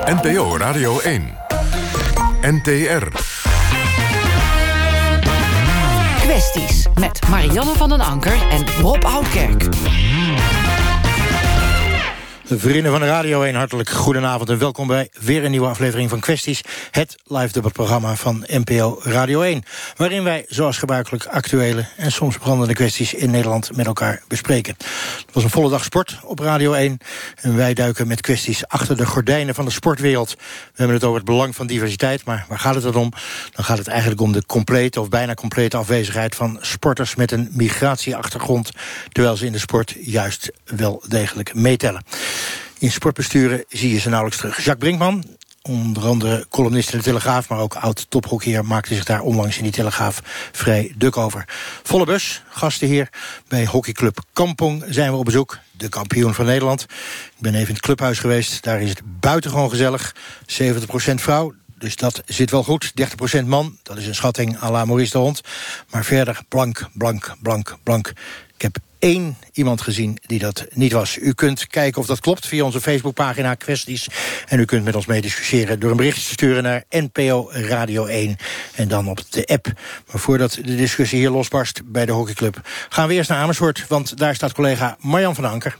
NPO Radio 1. NTR. Kwesties met Marianne van den Anker en Rob Oudkerk. Vrienden van de Radio 1, hartelijk goedenavond en welkom bij weer een nieuwe aflevering van Kwesties. Het live debatprogramma van NPO Radio 1. Waarin wij, zoals gebruikelijk, actuele en soms brandende kwesties in Nederland met elkaar bespreken. Het was een volle dag sport op Radio 1. En wij duiken met kwesties achter de gordijnen van de sportwereld. We hebben het over het belang van diversiteit, maar waar gaat het dan om? Dan gaat het eigenlijk om de complete of bijna complete afwezigheid van sporters met een migratieachtergrond, terwijl ze in de sport juist wel degelijk meetellen. In sportbesturen zie je ze nauwelijks terug. Jacques Brinkman, onder andere columnist in de Telegraaf, maar ook oud-tophockeyer, maakte zich daar onlangs in die Telegraaf vrij duk over. Volle bus, gasten hier bij hockeyclub Kampong zijn we op bezoek. De kampioen van Nederland. Ik ben even in het clubhuis geweest, daar is het buitengewoon gezellig. 70% vrouw, dus dat zit wel goed. 30% man, dat is een schatting à la Maurice de Hond. Maar verder blank, blank, blank, blank. Ik heb één iemand gezien die dat niet was. U kunt kijken of dat klopt via onze Facebookpagina Kwesties. En u kunt met ons meediscussiëren door een berichtje te sturen naar NPO Radio 1. En dan op de app. Maar voordat de discussie hier losbarst bij de hockeyclub, gaan we eerst naar Amersfoort. Want daar staat collega Marjan van den Anker.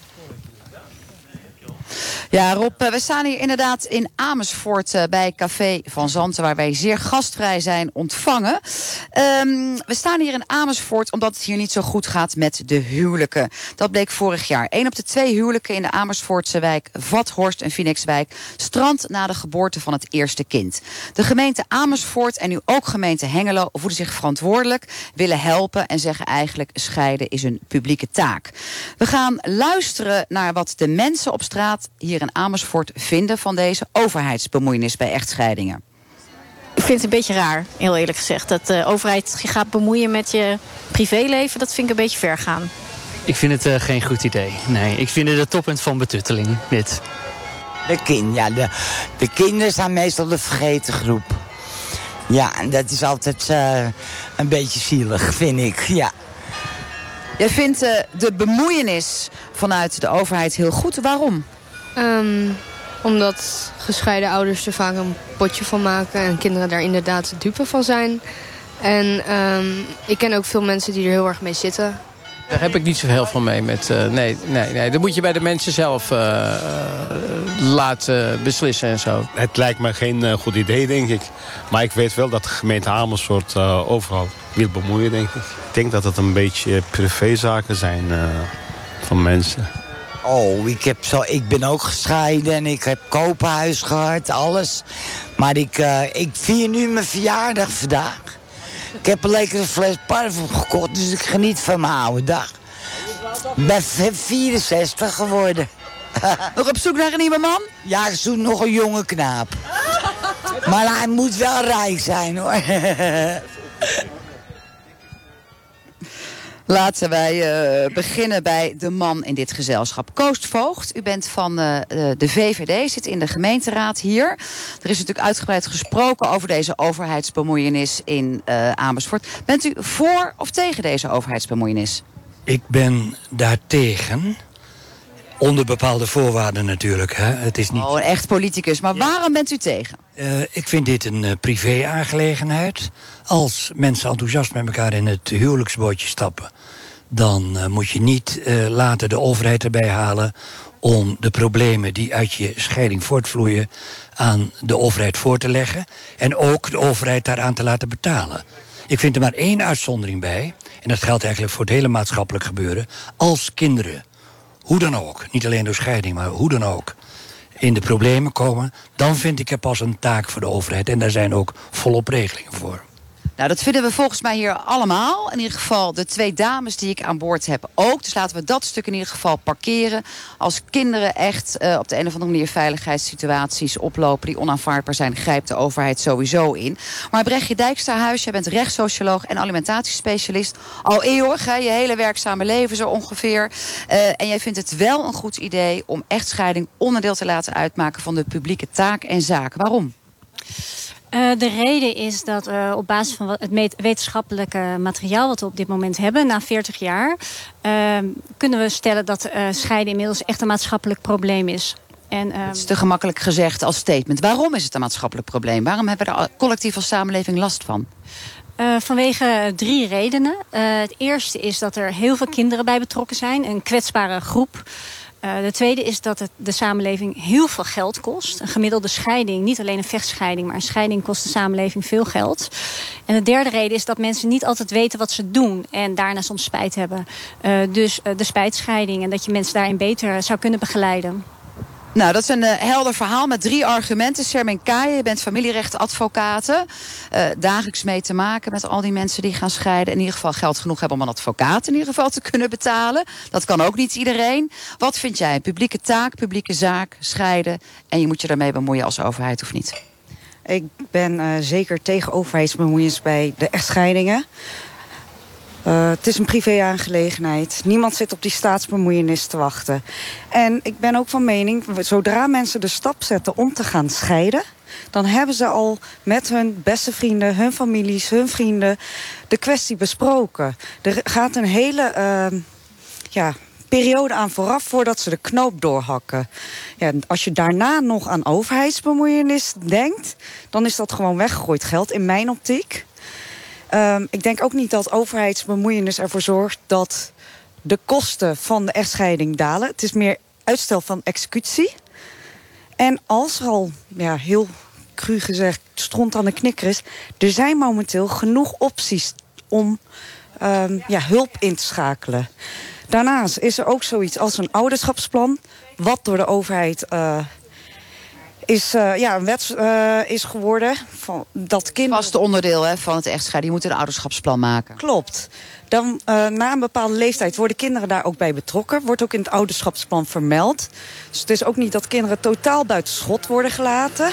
Ja, Rob, we staan hier inderdaad in Amersfoort bij Café van Zanten, waar wij zeer gastvrij zijn ontvangen. We staan hier in Amersfoort omdat het hier niet zo goed gaat met de huwelijken. Dat bleek vorig jaar. 1 op de 2 huwelijken in de Amersfoortse wijk Vathorst en Vinex-wijk strandt na de geboorte van het eerste kind. De gemeente Amersfoort en nu ook gemeente Hengelo voelen zich verantwoordelijk, willen helpen en zeggen eigenlijk scheiden is een publieke taak. We gaan luisteren naar wat de mensen op straat hier in Amersfoort vinden van deze overheidsbemoeienis bij echtscheidingen. Ik vind het een beetje raar, heel eerlijk gezegd. Dat de overheid zich gaat bemoeien met je privéleven, dat vind ik een beetje ver gaan. Ik vind het geen goed idee. Nee, ik vind het het toppunt van betutteling, dit. De kinderen zijn meestal de vergeten groep. Ja, en dat is altijd een beetje zielig, vind ik, ja. Jij vindt de bemoeienis vanuit de overheid heel goed. Waarom? Omdat gescheiden ouders er vaak een potje van maken en kinderen daar inderdaad dupe van zijn. En ik ken ook veel mensen die er heel erg mee zitten. Daar heb ik niet zoveel van mee. Nee. Dat moet je bij de mensen zelf laten beslissen en zo. Het lijkt me geen goed idee, denk ik. Maar ik weet wel dat de gemeente Amersfoort overal wil bemoeien, denk ik. Ik denk dat het een beetje privézaken zijn van mensen. Oh, ik ben ook gescheiden en ik heb koophuis gehad, alles. Maar ik vier nu mijn verjaardag vandaag. Ik heb een lekkere fles parfum gekocht, dus ik geniet van mijn oude dag. Ik ben 64 geworden. Nog op zoek naar een nieuwe man? Ja, ik zoek nog een jonge knaap. Maar hij moet wel rijk zijn, hoor. Laten wij beginnen bij de man in dit gezelschap. Koos Voogd, u bent van de VVD, zit in de gemeenteraad hier. Er is natuurlijk uitgebreid gesproken over deze overheidsbemoeienis in Amersfoort. Bent u voor of tegen deze overheidsbemoeienis? Ik ben daartegen. Onder bepaalde voorwaarden natuurlijk. Hè. Het is niet... Oh, een echt politicus. Maar waarom bent u tegen? Ik vind dit een privé-aangelegenheid. Als mensen enthousiast met elkaar in het huwelijksbootje stappen, dan moet je niet later de overheid erbij halen om de problemen die uit je scheiding voortvloeien aan de overheid voor te leggen. En ook de overheid daaraan te laten betalen. Ik vind er maar één uitzondering bij. En dat geldt eigenlijk voor het hele maatschappelijk gebeuren. Als kinderen, hoe dan ook, niet alleen door scheiding, maar hoe dan ook, in de problemen komen, dan vind ik het pas een taak voor de overheid. En daar zijn ook volop regelingen voor. Nou, dat vinden we volgens mij hier allemaal. In ieder geval de 2 dames die ik aan boord heb ook. Dus laten we dat stuk in ieder geval parkeren. Als kinderen echt op de een of andere manier veiligheidssituaties oplopen die onaanvaardbaar zijn, grijpt de overheid sowieso in. Maar Brechtje Dijkstra-Huis, jij bent rechtssocioloog en alimentatiespecialist. Al eeuwig, hè, je hele werkzame leven zo ongeveer. En jij vindt het wel een goed idee om echtscheiding onderdeel te laten uitmaken van de publieke taak en zaak. Waarom? De reden is dat op basis van het wetenschappelijke materiaal wat we op dit moment hebben, na 40 jaar, kunnen we stellen dat scheiden inmiddels echt een maatschappelijk probleem is. Het is te gemakkelijk gezegd als statement. Waarom is het een maatschappelijk probleem? Waarom hebben we er collectief als samenleving last van? Vanwege 3 redenen. Het eerste is dat er heel veel kinderen bij betrokken zijn. Een kwetsbare groep. De tweede is dat het de samenleving heel veel geld kost. Een gemiddelde scheiding, niet alleen een vechtscheiding, maar een scheiding kost de samenleving veel geld. En de derde reden is dat mensen niet altijd weten wat ze doen en daarna soms spijt hebben. Dus de spijtscheiding en dat je mensen daarin beter zou kunnen begeleiden. Nou, dat is een helder verhaal met 3 argumenten. Sermin Kaya, je bent familierechtadvocaat. Dagelijks mee te maken met al die mensen die gaan scheiden. In ieder geval geld genoeg hebben om een advocaat in ieder geval te kunnen betalen. Dat kan ook niet iedereen. Wat vind jij? Publieke taak, publieke zaak, scheiden. En je moet je daarmee bemoeien als overheid of niet? Ik ben zeker tegen overheidsbemoeienis bij de echtscheidingen. Het is een privé-aangelegenheid. Niemand zit op die staatsbemoeienis te wachten. En ik ben ook van mening, zodra mensen de stap zetten om te gaan scheiden, dan hebben ze al met hun beste vrienden, hun families, hun vrienden de kwestie besproken. Er gaat een hele periode aan vooraf voordat ze de knoop doorhakken. Ja, als je daarna nog aan overheidsbemoeienis denkt, dan is dat gewoon weggegooid geld in mijn optiek. Ik denk ook niet dat overheidsbemoeienis ervoor zorgt dat de kosten van de echtscheiding dalen. Het is meer uitstel van executie. En als er al, heel cru gezegd, stront aan de knikker is, er zijn momenteel genoeg opties om hulp in te schakelen. Daarnaast is er ook zoiets als een ouderschapsplan, wat door de overheid een wet is geworden. Dat kinderen... Vaste onderdeel van het echtscheiden. Je moet een ouderschapsplan maken. Klopt. Dan na een bepaalde leeftijd worden kinderen daar ook bij betrokken. Wordt ook in het ouderschapsplan vermeld. Dus het is ook niet dat kinderen totaal buiten schot worden gelaten.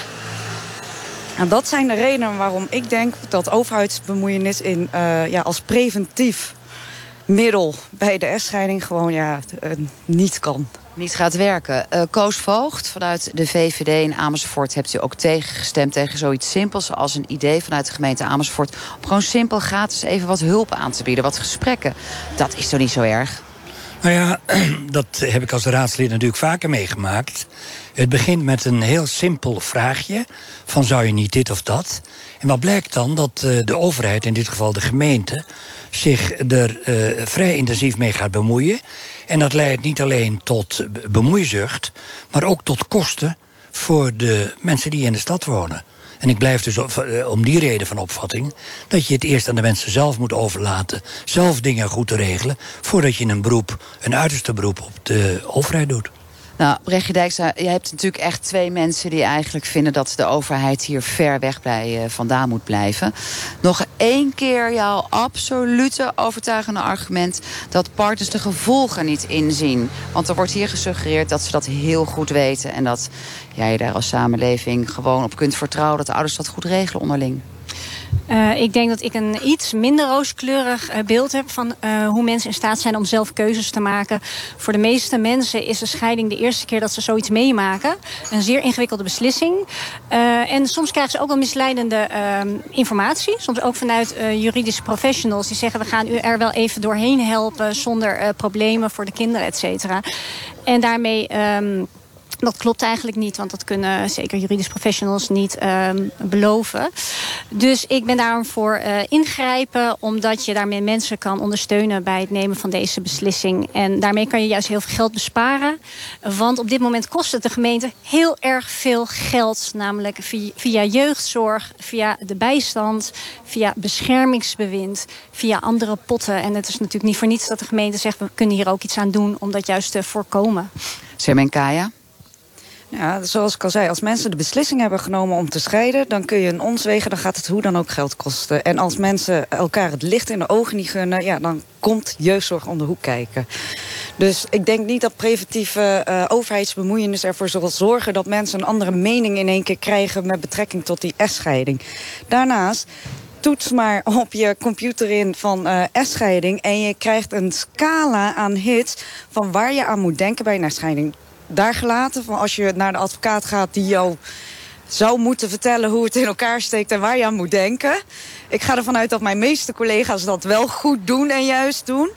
En dat zijn de redenen waarom ik denk dat overheidsbemoeienis als preventief middel bij de echtscheiding gewoon niet kan. Niet gaat werken. Koos Voogd vanuit de VVD in Amersfoort hebt u ook tegengestemd tegen zoiets simpels als een idee vanuit de gemeente Amersfoort om gewoon simpel gratis even wat hulp aan te bieden, wat gesprekken. Dat is toch niet zo erg? Nou ja, dat heb ik als raadslid natuurlijk vaker meegemaakt. Het begint met een heel simpel vraagje van zou je niet dit of dat? En wat blijkt dan? Dat de overheid, in dit geval de gemeente, zich er vrij intensief mee gaat bemoeien. En dat leidt niet alleen tot bemoeizucht, maar ook tot kosten voor de mensen die in de stad wonen. En ik blijf dus om die reden van opvatting dat je het eerst aan de mensen zelf moet overlaten, zelf dingen goed te regelen, voordat je een uiterste beroep op de overheid doet. Nou, Brechtje Dijkstra, je hebt natuurlijk echt 2 mensen die eigenlijk vinden dat de overheid hier ver weg bij vandaan moet blijven. Nog 1 keer jouw absolute overtuigende argument dat partners de gevolgen niet inzien. Want er wordt hier gesuggereerd dat ze dat heel goed weten en dat jij daar als samenleving gewoon op kunt vertrouwen dat de ouders dat goed regelen onderling. Ik denk dat ik een iets minder rooskleurig beeld heb van hoe mensen in staat zijn om zelf keuzes te maken. Voor de meeste mensen is een scheiding de eerste keer dat ze zoiets meemaken. Een zeer ingewikkelde beslissing. En soms krijgen ze ook wel misleidende informatie. Soms ook vanuit juridische professionals die zeggen we gaan u er wel even doorheen helpen zonder problemen voor de kinderen, et cetera. En daarmee... Dat klopt eigenlijk niet, want dat kunnen zeker juridische professionals niet beloven. Dus ik ben daarom voor ingrijpen, omdat je daarmee mensen kan ondersteunen bij het nemen van deze beslissing. En daarmee kan je juist heel veel geld besparen. Want op dit moment kost het de gemeente heel erg veel geld. Namelijk via jeugdzorg, via de bijstand, via beschermingsbewind, via andere potten. En het is natuurlijk niet voor niets dat de gemeente zegt we kunnen hier ook iets aan doen om dat juist te voorkomen. Sermin Kaya? Ja, zoals ik al zei, als mensen de beslissing hebben genomen om te scheiden, dan kun je een ons wegen, dan gaat het hoe dan ook geld kosten. En als mensen elkaar het licht in de ogen niet gunnen, dan komt jeugdzorg om de hoek kijken. Dus ik denk niet dat preventieve overheidsbemoeienis ervoor zal zorgen dat mensen een andere mening in één keer krijgen met betrekking tot die echtscheiding. Daarnaast, toets maar op je computer in van echtscheiding en je krijgt een scala aan hits van waar je aan moet denken bij een echtscheiding. Daar gelaten, van als je naar de advocaat gaat die jou zou moeten vertellen hoe het in elkaar steekt en waar je aan moet denken. Ik ga ervan uit dat mijn meeste collega's dat wel goed doen en juist doen.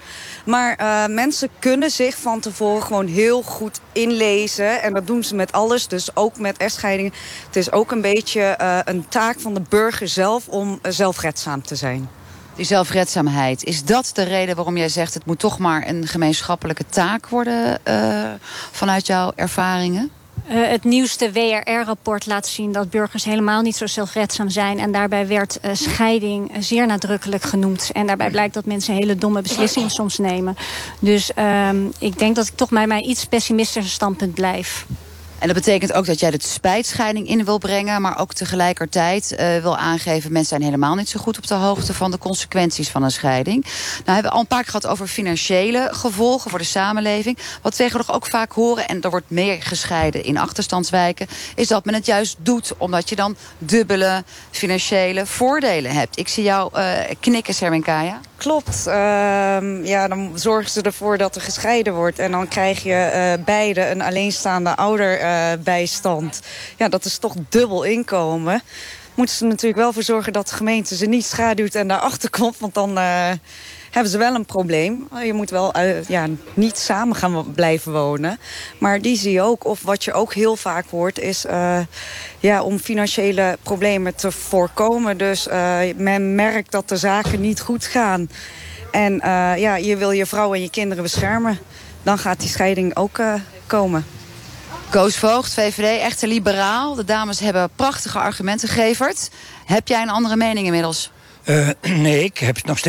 Maar mensen kunnen zich van tevoren gewoon heel goed inlezen. En dat doen ze met alles, dus ook met echtscheidingen. Het is ook een beetje een taak van de burger zelf om zelfredzaam te zijn. Die zelfredzaamheid, is dat de reden waarom jij zegt... het moet toch maar een gemeenschappelijke taak worden vanuit jouw ervaringen? Het nieuwste WRR-rapport laat zien dat burgers helemaal niet zo zelfredzaam zijn. En daarbij werd scheiding zeer nadrukkelijk genoemd. En daarbij blijkt dat mensen hele domme beslissingen soms nemen. Dus ik denk dat ik toch bij mijn iets pessimistischer standpunt blijf. En dat betekent ook dat jij de spijtscheiding in wil brengen... maar ook tegelijkertijd wil aangeven... mensen zijn helemaal niet zo goed op de hoogte van de consequenties van een scheiding. Nou hebben we al een paar keer gehad over financiële gevolgen voor de samenleving. Wat we tegenwoordig ook vaak horen, en er wordt meer gescheiden in achterstandswijken... is dat men het juist doet, omdat je dan dubbele financiële voordelen hebt. Ik zie jou knikken, Serminkaya. Klopt. Dan zorgen ze ervoor dat er gescheiden wordt. En dan krijg je beide een alleenstaande ouder bijstand. Ja, dat is toch dubbel inkomen. Moeten ze natuurlijk wel voor zorgen dat de gemeente ze niet schaduwt en daarachter komt. Want dan hebben ze wel een probleem. Je moet wel niet samen gaan blijven wonen. Maar die zie je ook. Of wat je ook heel vaak hoort is om financiële problemen te voorkomen. Dus men merkt dat de zaken niet goed gaan. En je wil je vrouw en je kinderen beschermen. Dan gaat die scheiding ook komen. Koos Voogd, VVD, echte liberaal. De dames hebben prachtige argumenten geleverd. Heb jij een andere mening inmiddels? Nee, ik heb nog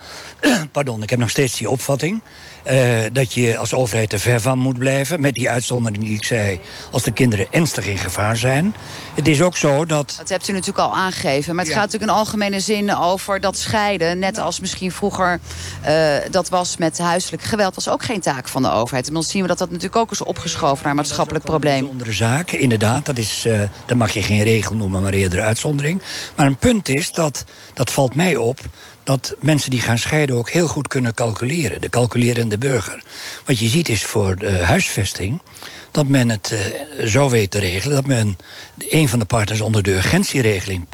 steeds die opvatting... dat je als overheid er ver van moet blijven. Met die uitzondering die ik zei, als de kinderen ernstig in gevaar zijn. Het is ook zo dat... Dat hebt u natuurlijk al aangegeven. Maar het gaat natuurlijk in algemene zin over dat scheiden. Net als misschien vroeger dat was met huiselijk geweld. Was ook geen taak van de overheid. En dan zien we dat natuurlijk ook is opgeschoven naar een maatschappelijk probleem. Een bijzondere zaak, inderdaad. Dat mag je geen regel noemen, maar eerder uitzondering. Maar een punt is, dat valt mij op... dat mensen die gaan scheiden ook heel goed kunnen calculeren. De calculerende burger. Wat je ziet is voor de huisvesting... dat men het zo weet te regelen... dat men een van de partners onder de urgentieregeling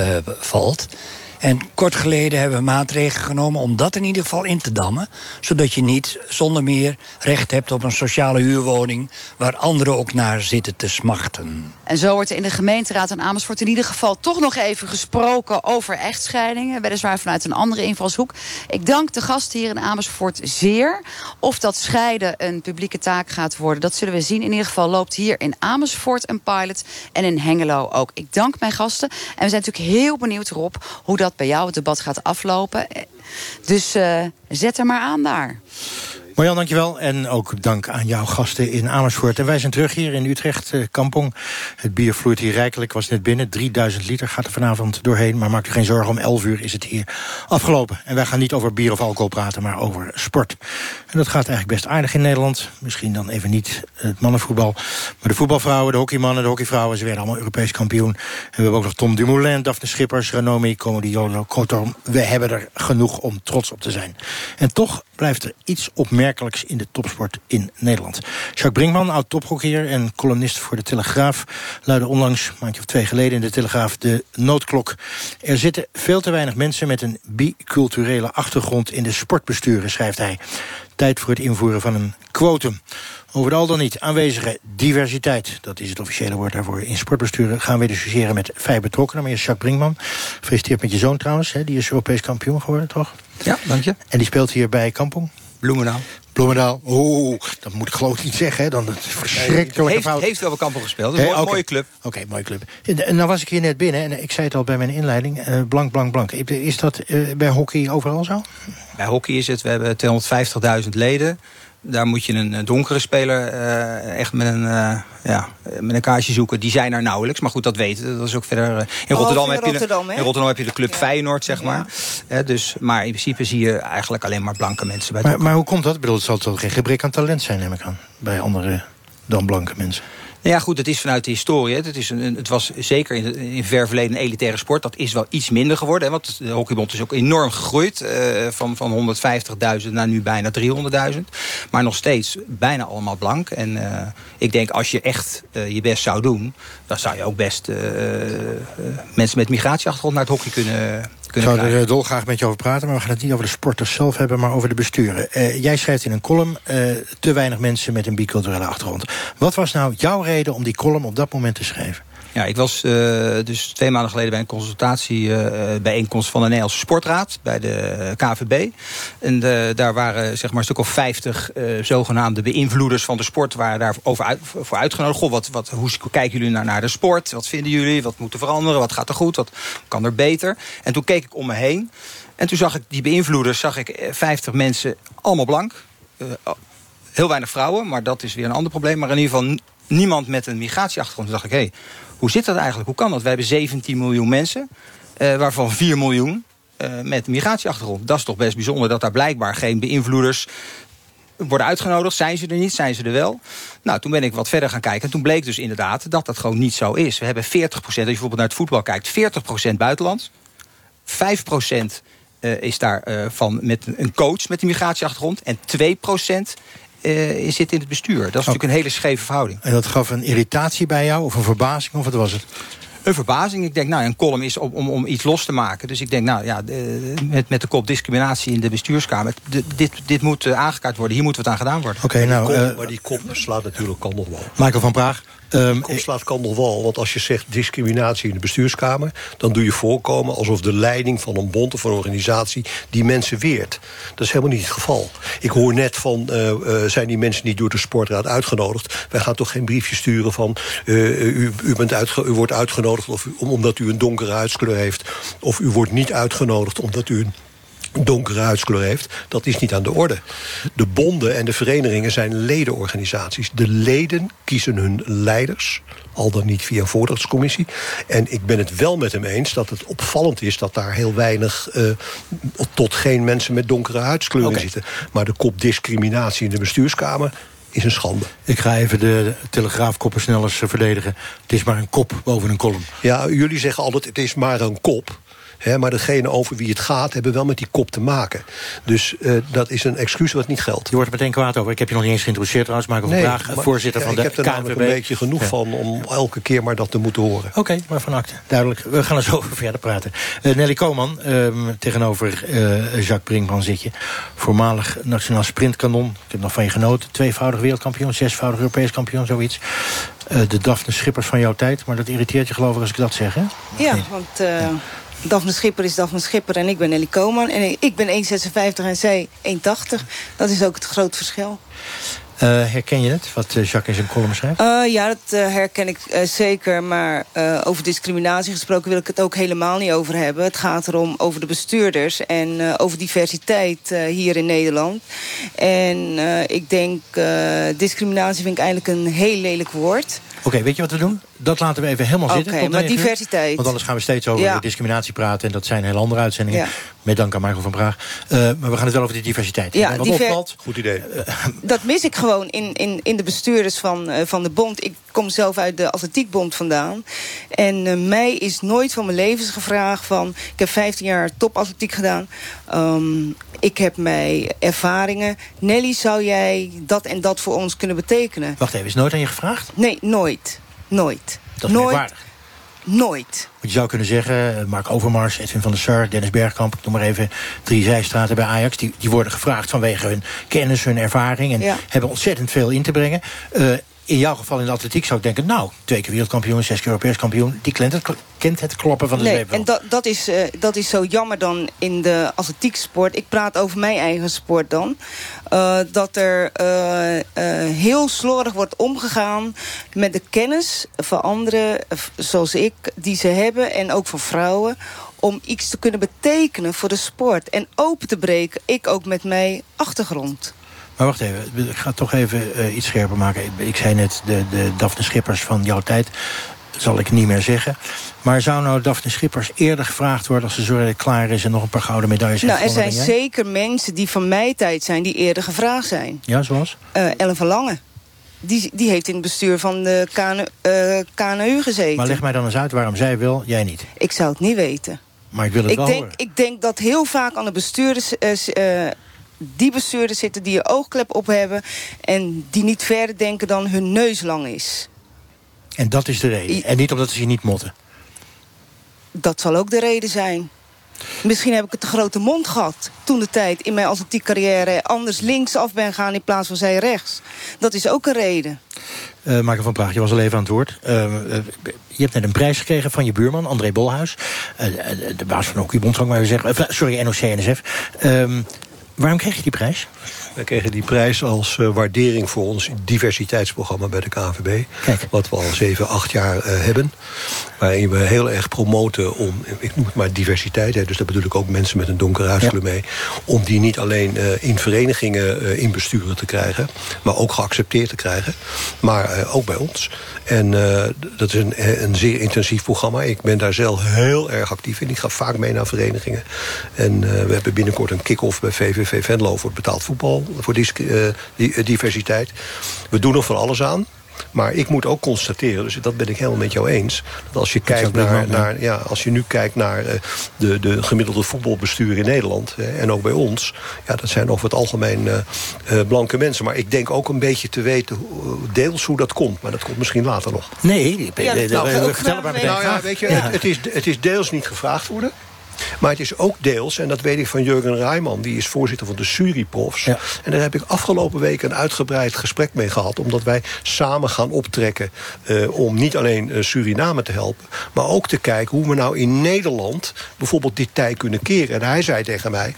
valt... En kort geleden hebben we maatregelen genomen om dat in ieder geval in te dammen. Zodat je niet zonder meer recht hebt op een sociale huurwoning... waar anderen ook naar zitten te smachten. En zo wordt er in de gemeenteraad in Amersfoort in ieder geval toch nog even gesproken over echtscheidingen. Weliswaar vanuit een andere invalshoek. Ik dank de gasten hier in Amersfoort zeer. Of dat scheiden een publieke taak gaat worden, dat zullen we zien. In ieder geval loopt hier in Amersfoort een pilot en in Hengelo ook. Ik dank mijn gasten. En we zijn natuurlijk heel benieuwd, Rob, hoe dat bij jou het debat gaat aflopen. Dus zet er maar aan daar. Marjan, dankjewel. En ook dank aan jouw gasten in Amersfoort. En wij zijn terug hier in Utrecht, Kampong. Het bier vloeit hier rijkelijk, was net binnen. 3000 liter gaat er vanavond doorheen. Maar maak u geen zorgen, om 11 uur is het hier afgelopen. En wij gaan niet over bier of alcohol praten, maar over sport. En dat gaat eigenlijk best aardig in Nederland. Misschien dan even niet het mannenvoetbal. Maar de voetbalvrouwen, de hockeymannen, de hockeyvrouwen... ze werden allemaal Europees kampioen. En we hebben ook nog Tom Dumoulin, Daphne Schippers, Ranomi, Comodiolo, Kotor. We hebben er genoeg om trots op te zijn. En toch blijft er iets opmerkelijks in de topsport in Nederland. Jacques Brinkman, oud-tophockeyer en columnist voor de Telegraaf... luidde onlangs, een maandje of 2 geleden in de Telegraaf, de noodklok. Er zitten veel te weinig mensen met een biculturele achtergrond in de sportbesturen, schrijft hij. Tijd voor het invoeren van een quotum. Over de al dan niet aanwezige diversiteit, dat is het officiële woord daarvoor, in sportbesturen gaan we discussiëren met 5 betrokkenen. Maar eerst Jacques Brinkman. Gefeliciteerd met je zoon trouwens, hè? Die is Europees kampioen geworden, toch? Ja, dank je. En die speelt hier bij Kampong? Bloemendaal. Bloemendaal, dat moet ik geloof ik niet zeggen, hè? Dan het verschrikkelijke fout. Heeft wel bij Kampong gespeeld, dat is een mooie club. Oké, mooie club. En nou was ik hier net binnen en ik zei het al bij mijn inleiding, blank, blank, blank. Is dat bij hockey overal zo? Bij hockey is het, we hebben 250.000 leden. Daar moet je een donkere speler echt met een kaarsje zoeken. Die zijn er nauwelijks, maar goed, dat weten. Dat is ook verder. In Rotterdam heb je de club Feyenoord, zeg maar. Maar in principe zie je eigenlijk alleen maar blanke mensen bij. Maar hoe komt dat? Ik bedoel, het zal toch geen gebrek aan talent zijn, neem ik aan, bij andere dan blanke mensen? Ja goed, het is vanuit de historie. Het was zeker in ver verleden een elitaire sport. Dat is wel iets minder geworden. Hè, want de hockeybond is ook enorm gegroeid. Van 150.000 naar nu bijna 300.000. Maar nog steeds bijna allemaal blank. En ik denk als je echt je best zou doen... dan zou je ook best mensen met migratieachtergrond naar het hockey kunnen krijgen. Ik zou er dolgraag met je over praten, maar we gaan het niet over de sporters zelf hebben, maar over de besturen. Jij schrijft in een column te weinig mensen met een biculturele achtergrond. Wat was nou jouw reden om die column op dat moment te schrijven? Ja, ik was dus 2 maanden geleden bij een consultatiebijeenkomst van de Nederlandse Sportraad bij de KVB. En daar waren zeg maar een stuk of 50 zogenaamde beïnvloeders van de sport waren daarvoor voor uitgenodigd. Goh, hoe kijken jullie naar de sport? Wat vinden jullie? Wat moet er veranderen? Wat gaat er goed? Wat kan er beter? En toen keek ik om me heen. En toen zag ik die beïnvloeders, 50 mensen, allemaal blank. Heel weinig vrouwen, maar dat is weer een ander probleem. Maar in ieder geval niemand met een migratieachtergrond. Toen dacht ik, hoe zit dat eigenlijk? Hoe kan dat? We hebben 17 miljoen mensen, waarvan 4 miljoen met een migratieachtergrond. Dat is toch best bijzonder dat daar blijkbaar geen beïnvloeders worden uitgenodigd. Zijn ze er niet? Zijn ze er wel? Nou, toen ben ik wat verder gaan kijken. En toen bleek dus inderdaad dat dat gewoon niet zo is. We hebben 40%, als je bijvoorbeeld naar het voetbal kijkt, 40% buitenland. 5% is daar met een coach met een migratieachtergrond. En 2% zit in het bestuur. Dat is natuurlijk een hele scheve verhouding. En dat gaf een irritatie bij jou of een verbazing, of wat was het? Een verbazing. Ik denk, een column is om iets los te maken. Dus ik denk, met de kop discriminatie in de bestuurskamer. Dit moet aangekaart worden. Hier moet wat aan gedaan worden. Maar die kop slaat natuurlijk kan nog wel. Michael van Praag. De kop slaat kan nog wel. Want als je zegt discriminatie in de bestuurskamer, dan doe je voorkomen alsof de leiding van een bond of een organisatie die mensen weert. Dat is helemaal niet het geval. Ik hoor net van, zijn die mensen niet door de sportraad uitgenodigd? Wij gaan toch geen briefje sturen van u wordt uitgenodigd omdat u een donkere huidskleur heeft. Of u wordt niet uitgenodigd omdat u een donkere huidskleur heeft. Dat is niet aan de orde. De bonden en de verenigingen zijn ledenorganisaties. De leden kiezen hun leiders, al dan niet via een voordrachtscommissie. En ik ben het wel met hem eens dat het opvallend is dat daar heel weinig tot geen mensen met donkere huidskleur in zitten. Maar de kop discriminatie in de bestuurskamer is een schande. Ik ga even de Telegraafkoppersnellers verdedigen. Het is maar een kop boven een kolom. Ja, jullie zeggen altijd het is maar een kop. Maar degene over wie het gaat, hebben wel met die kop te maken. Dus dat is een excuus wat niet geldt. Je wordt er meteen kwaad over. Ik heb je nog niet eens geïntroduceerd trouwens. Michael van Praag, voorzitter van de KNVB. Ik heb er namelijk een beetje genoeg van om elke keer maar dat te moeten horen. Oké, maar van akte. Duidelijk. We gaan er zo over verder praten. Nelly Koman, tegenover Jacques Brinkman zit je. Voormalig nationaal sprintkanon. Ik heb nog van je genoten. 2-voudig wereldkampioen, 6-voudig Europees kampioen, zoiets. De Daphne Schippers van jouw tijd. Maar dat irriteert je geloof ik als ik dat zeg, hè? Ja, want Daphne Schipper is Daphne Schipper en ik ben Nelly Koman. En ik ben 1,56 en zij 1,80. Dat is ook het groot verschil. Herken je het, wat Jacques in zijn column schrijft? Ja, dat herken ik zeker. Maar over discriminatie gesproken wil ik het ook helemaal niet over hebben. Het gaat erom over de bestuurders en over diversiteit hier in Nederland. En ik denk, discriminatie vind ik eigenlijk een heel lelijk woord. Oké, weet je wat we doen? Dat laten we even helemaal zitten. Oké, maar diversiteit. Want anders gaan we steeds over discriminatie praten. En dat zijn heel andere uitzendingen. Ja. Met dank aan Michael van Praag. Maar we gaan het wel over die diversiteit. Ja, wat opvalt? Goed idee. Dat mis ik gewoon in de bestuurders van de bond. Ik kom zelf uit de atletiekbond vandaan. En mij is nooit van mijn levens gevraagd van... Ik heb 15 jaar topatletiek gedaan. Ik heb mijn ervaringen. Nelly, zou jij dat en dat voor ons kunnen betekenen? Wacht even, is nooit aan je gevraagd? Nee, nooit. Nooit. Dat is merkwaardig. Nooit. Want je zou kunnen zeggen, Mark Overmars, Edwin van der Sar, Dennis Bergkamp, ik noem maar even 3 zijstraten bij Ajax, die worden gevraagd vanwege hun kennis, hun ervaring en hebben ontzettend veel in te brengen. In jouw geval in de atletiek zou ik denken, 2 keer wereldkampioen, 6 keer Europees kampioen, die kent het kloppen van de zweep wel. En dat is zo jammer dan in de atletieksport. Ik praat over mijn eigen sport dan. Dat er heel slordig wordt omgegaan met de kennis van anderen, zoals ik, die ze hebben, en ook van vrouwen, om iets te kunnen betekenen voor de sport. En open te breken, ik ook met mijn achtergrond. Maar wacht even, ik ga toch even iets scherper maken. Ik zei net, de Daphne Schippers van jouw tijd zal ik niet meer zeggen. Maar zou nou Daphne Schippers eerder gevraagd worden als ze zo klaar is en nog een paar gouden medailles heeft? Er zijn zeker mensen die van mijn tijd zijn die eerder gevraagd zijn. Ja, zoals? Ellen van Lange. Die heeft in het bestuur van de KNU gezeten. Maar leg mij dan eens uit waarom zij wil, jij niet. Ik zou het niet weten. Maar ik wil het wel horen. Ik denk dat heel vaak aan de bestuurders... die bestuurders zitten die er oogklep op hebben en die niet verder denken dan hun neus lang is. En dat is de reden? En niet omdat ze je niet motten? Dat zal ook de reden zijn. Misschien heb ik het te grote mond gehad toen de tijd in mijn atletiek carrière. Anders linksaf ben gaan in plaats van zij rechts. Dat is ook een reden. Marco van Praag, je was al even aan het woord. Je hebt net een prijs gekregen van je buurman, André Bolhuis. De baas van Hockeybond, maar sorry, NOC-NSF. Waarom kreeg je die prijs? Wij kregen die prijs als waardering voor ons diversiteitsprogramma bij de KNVB. Kijk. Wat we al 7, 8 jaar hebben. Waarin we heel erg promoten om, ik noem het maar diversiteit. Dus daar bedoel ik ook mensen met een donkere huidskleur mee. Om die niet alleen in verenigingen in besturen te krijgen. Maar ook geaccepteerd te krijgen. Maar ook bij ons. En dat is een zeer intensief programma. Ik ben daar zelf heel erg actief in. Ik ga vaak mee naar verenigingen. En we hebben binnenkort een kick-off bij VVV Venlo voor het betaald voetbal. Voor diversiteit. We doen er van alles aan. Maar ik moet ook constateren, dus dat ben ik helemaal met jou eens, dat als je kijkt als je nu kijkt naar de gemiddelde voetbalbestuur in Nederland, en ook bij ons, dat zijn over het algemeen blanke mensen. Maar ik denk ook een beetje te weten deels hoe dat komt. Maar dat komt misschien later nog. Nee, vertel het maar meteen. Weet je, het is deels niet gevraagd worden. Maar het is ook deels, en dat weet ik van Jurgen Rijman, die is voorzitter van de Suriprofs. Ja. En daar heb ik afgelopen week een uitgebreid gesprek mee gehad. Omdat wij samen gaan optrekken om niet alleen Suriname te helpen, maar ook te kijken hoe we nou in Nederland bijvoorbeeld dit tij kunnen keren. En hij zei tegen mij,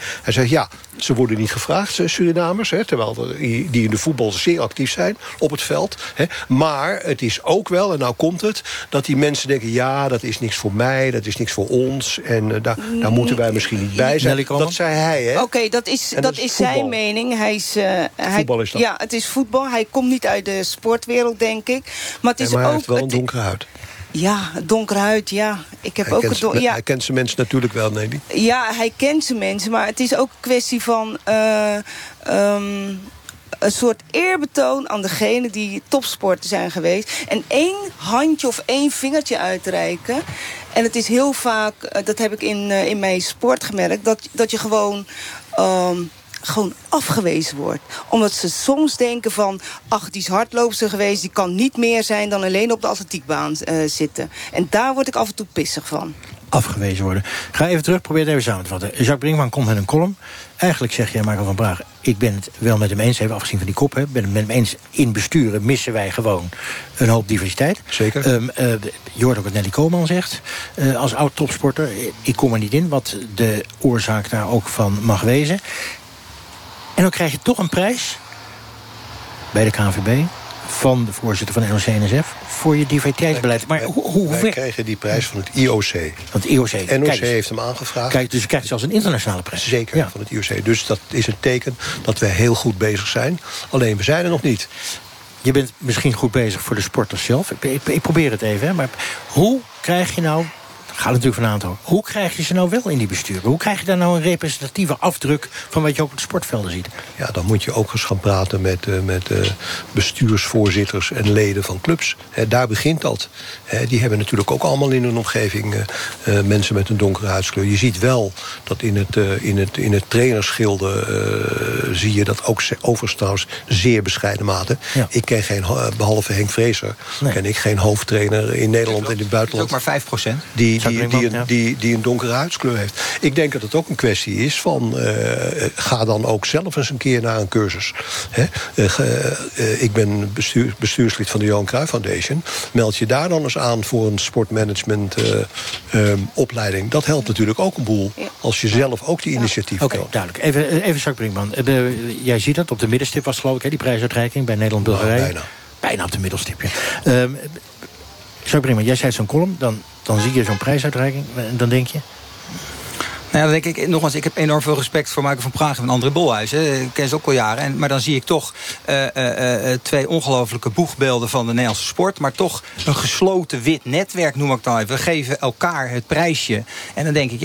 ze worden niet gevraagd, Surinamers, terwijl die in de voetbal zeer actief zijn op het veld. Maar het is ook wel, en nou komt het, dat die mensen denken, dat is niks voor mij, dat is niks voor ons. En daar moeten wij misschien niet bij zijn. Dat zei hij, hè? Oké, dat is zijn mening. Voetbal is dat. Ja, het is voetbal. Hij komt niet uit de sportwereld, denk ik. Maar het is hij ook, heeft wel een donkere huid. Ja, donkere huid, ja. Hij kent zijn mensen natuurlijk wel, Nelly. Ja, hij kent zijn mensen. Maar het is ook een kwestie van een soort eerbetoon aan degenen die topsporter zijn geweest. En 1 handje of 1 vingertje uitreiken. En het is heel vaak, dat heb ik in mijn sport gemerkt, dat je gewoon afgewezen wordt. Omdat ze soms denken van, die is hardloopster geweest, die kan niet meer zijn dan alleen op de atletiekbaan zitten. En daar word ik af en toe pissig van. Afgewezen worden. Ga even terug, probeer het even samen te vatten. Jacques Brinkman komt met een column. Eigenlijk zeg je, Marco van Praag, ik ben het wel met hem eens, even afgezien van die kop, ben het met hem eens, in besturen missen wij gewoon een hoop diversiteit. Zeker. Je hoort ook wat Nelly Koolman zegt, als oud-topsporter, ik kom er niet in, wat de oorzaak daar ook van mag wezen. En dan krijg je toch een prijs bij de KNVB van de voorzitter van de NOC-NSF voor je diversiteitsbeleid. Maar wij krijgen die prijs van het IOC. Van het IOC. NOC heeft hem aangevraagd. Kijk, dus je krijgt zelfs een internationale prijs. Zeker, van het IOC. Dus dat is een teken dat we heel goed bezig zijn. Alleen, we zijn er nog niet. Je bent misschien goed bezig voor de sporters zelf. Ik probeer het even, maar hoe krijg je nou, gaat natuurlijk van een aantal, hoe krijg je ze nou wel in die besturen? Hoe krijg je daar nou een representatieve afdruk van wat je op de sportvelden ziet? Ja, dan moet je ook eens gaan praten met bestuursvoorzitters en leden van clubs. Daar begint dat. Die hebben natuurlijk ook allemaal in hun omgeving mensen met een donkere huidskleur. Je ziet wel dat in het trainersgilde zie je dat ook overigens trouwens zeer bescheiden mate. Ja. Ik ken geen, behalve Henk Vrezer, ken ik geen hoofdtrainer in Nederland en in het buitenland. Dat is ook maar 5%. Die een donkere huidskleur heeft. Ik denk dat het ook een kwestie is van ga dan ook zelf eens een keer naar een cursus. Ik ben bestuurslid van de Johan Cruijff Foundation. Meld je daar dan eens aan voor een sportmanagement opleiding. Dat helpt natuurlijk ook een boel als je zelf ook die initiatieven Oké, duidelijk. Even Jacques Brinkman. Jij ziet dat op de middenstip was geloof ik, die prijsuitreiking bij Nederland-Bulgarije. Bijna op de middelstip, ja. Jacques Brinkman, jij zei zo'n column, dan zie je zo'n prijsuitreiking en dan denk je? Nou ja, dan denk ik nogmaals, ik heb enorm veel respect voor Marco van Praag en André Bolhuis. Ik ken ze ook al jaren. Maar dan zie ik toch 2 ongelofelijke boegbeelden van de Nederlandse sport. Maar toch een gesloten wit netwerk, noem ik dan even. We geven elkaar het prijsje. En dan denk ik,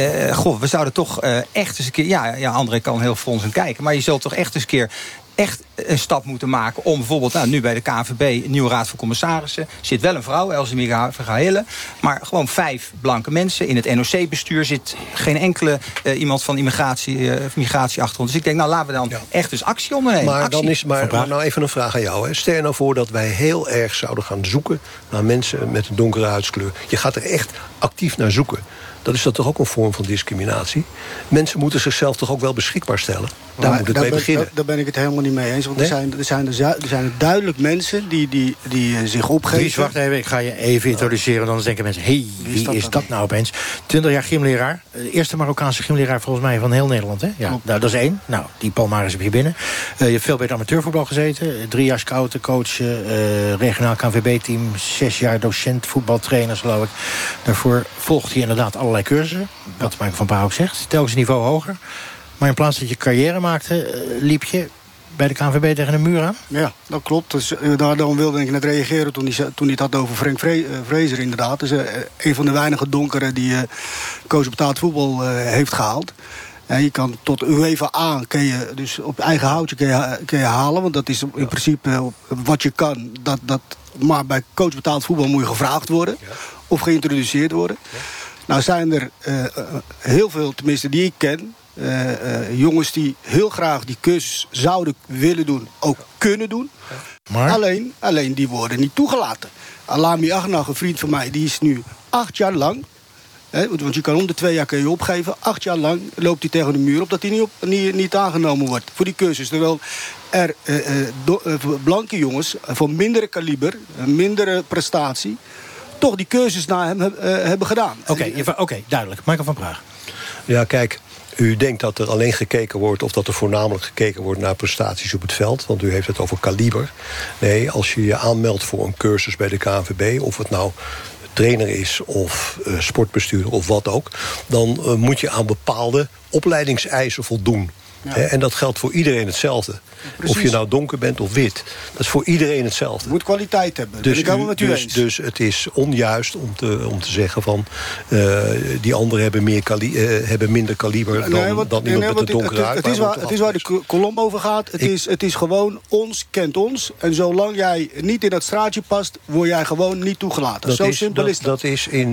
we zouden toch echt eens een keer... Ja, André kan heel fronsend kijken. Maar je zult toch echt eens een keer echt een stap moeten maken om bijvoorbeeld, nu bij de KNVB, een nieuwe raad van commissarissen, zit wel een vrouw, Elzemira Vergaelen, maar gewoon 5 blanke mensen. In het NOC-bestuur zit geen enkele iemand van migratieachtergrond. Dus ik denk, laten we dan echt dus actie ondernemen. Maar nou even een vraag aan jou. Hè. Stel je nou voor dat wij heel erg zouden gaan zoeken naar mensen met een donkere huidskleur. Je gaat er echt actief naar zoeken. Dat is toch ook een vorm van discriminatie? Mensen moeten zichzelf toch ook wel beschikbaar stellen? Daar moet het mee beginnen. Daar ben ik het helemaal niet mee eens. Want er zijn duidelijk mensen die zich opgeven. Dries, wacht even, ik ga je even introduceren. Dan denken mensen, wie is dat nou opeens? 20 jaar gymleraar. De eerste Marokkaanse gymleraar volgens mij van heel Nederland. Hè? Ja, dat is 1. Nou, die palmares heb je binnen. Je hebt veel bij het amateurvoetbal gezeten. 3 jaar scouten, coach, regionaal KNVB-team. 6 jaar docent, voetbaltrainer, geloof ik. Daarvoor volgt hij inderdaad allerlei cursussen. Wat Michael van Paar ook zegt. Telkens een niveau hoger. Maar in plaats dat je carrière maakte, liep je bij de KNVB tegen een muur aan? Ja, dat klopt. Dus, daarom wilde ik net reageren toen hij het had over Frank Fraser inderdaad. Dus een van de weinige donkeren die coach betaald voetbal heeft gehaald. Je kan tot UEFA A, kun je dus op eigen houtje kun je halen. Want dat is in principe wat je kan. Maar bij coach betaald voetbal moet je gevraagd worden. Of geïntroduceerd worden. Nou zijn er heel veel, tenminste die ik ken, jongens die heel graag die cursus zouden willen doen, ook kunnen doen. Maar? Alleen die worden niet toegelaten. Alami Agnag, een vriend van mij, die is nu 8 jaar lang, want je kan om de 2 jaar kun je opgeven, 8 jaar lang loopt hij tegen de muur op dat hij niet aangenomen wordt voor die cursus. Terwijl er blanke jongens van mindere kaliber, mindere prestatie, toch die cursus naar hem hebben gedaan. Oké, duidelijk. Michael van Praag. Ja, kijk, u denkt dat er alleen gekeken wordt, of dat er voornamelijk gekeken wordt naar prestaties op het veld. Want u heeft het over kaliber. Nee, als je je aanmeldt voor een cursus bij de KNVB, of het nou trainer is of sportbestuurder of wat ook, dan moet je aan bepaalde opleidingseisen voldoen. Ja. En dat geldt voor iedereen hetzelfde. Precies. Of je nou donker bent of wit. Dat is voor iedereen hetzelfde. Je moet kwaliteit hebben. Dus het is onjuist om te zeggen van die anderen hebben minder kaliber dan iemand met een donkere huid. Het is waar de kolom over gaat. Het is gewoon ons kent ons. En zolang jij niet in dat straatje past, word jij gewoon niet toegelaten. Zo simpel is dat.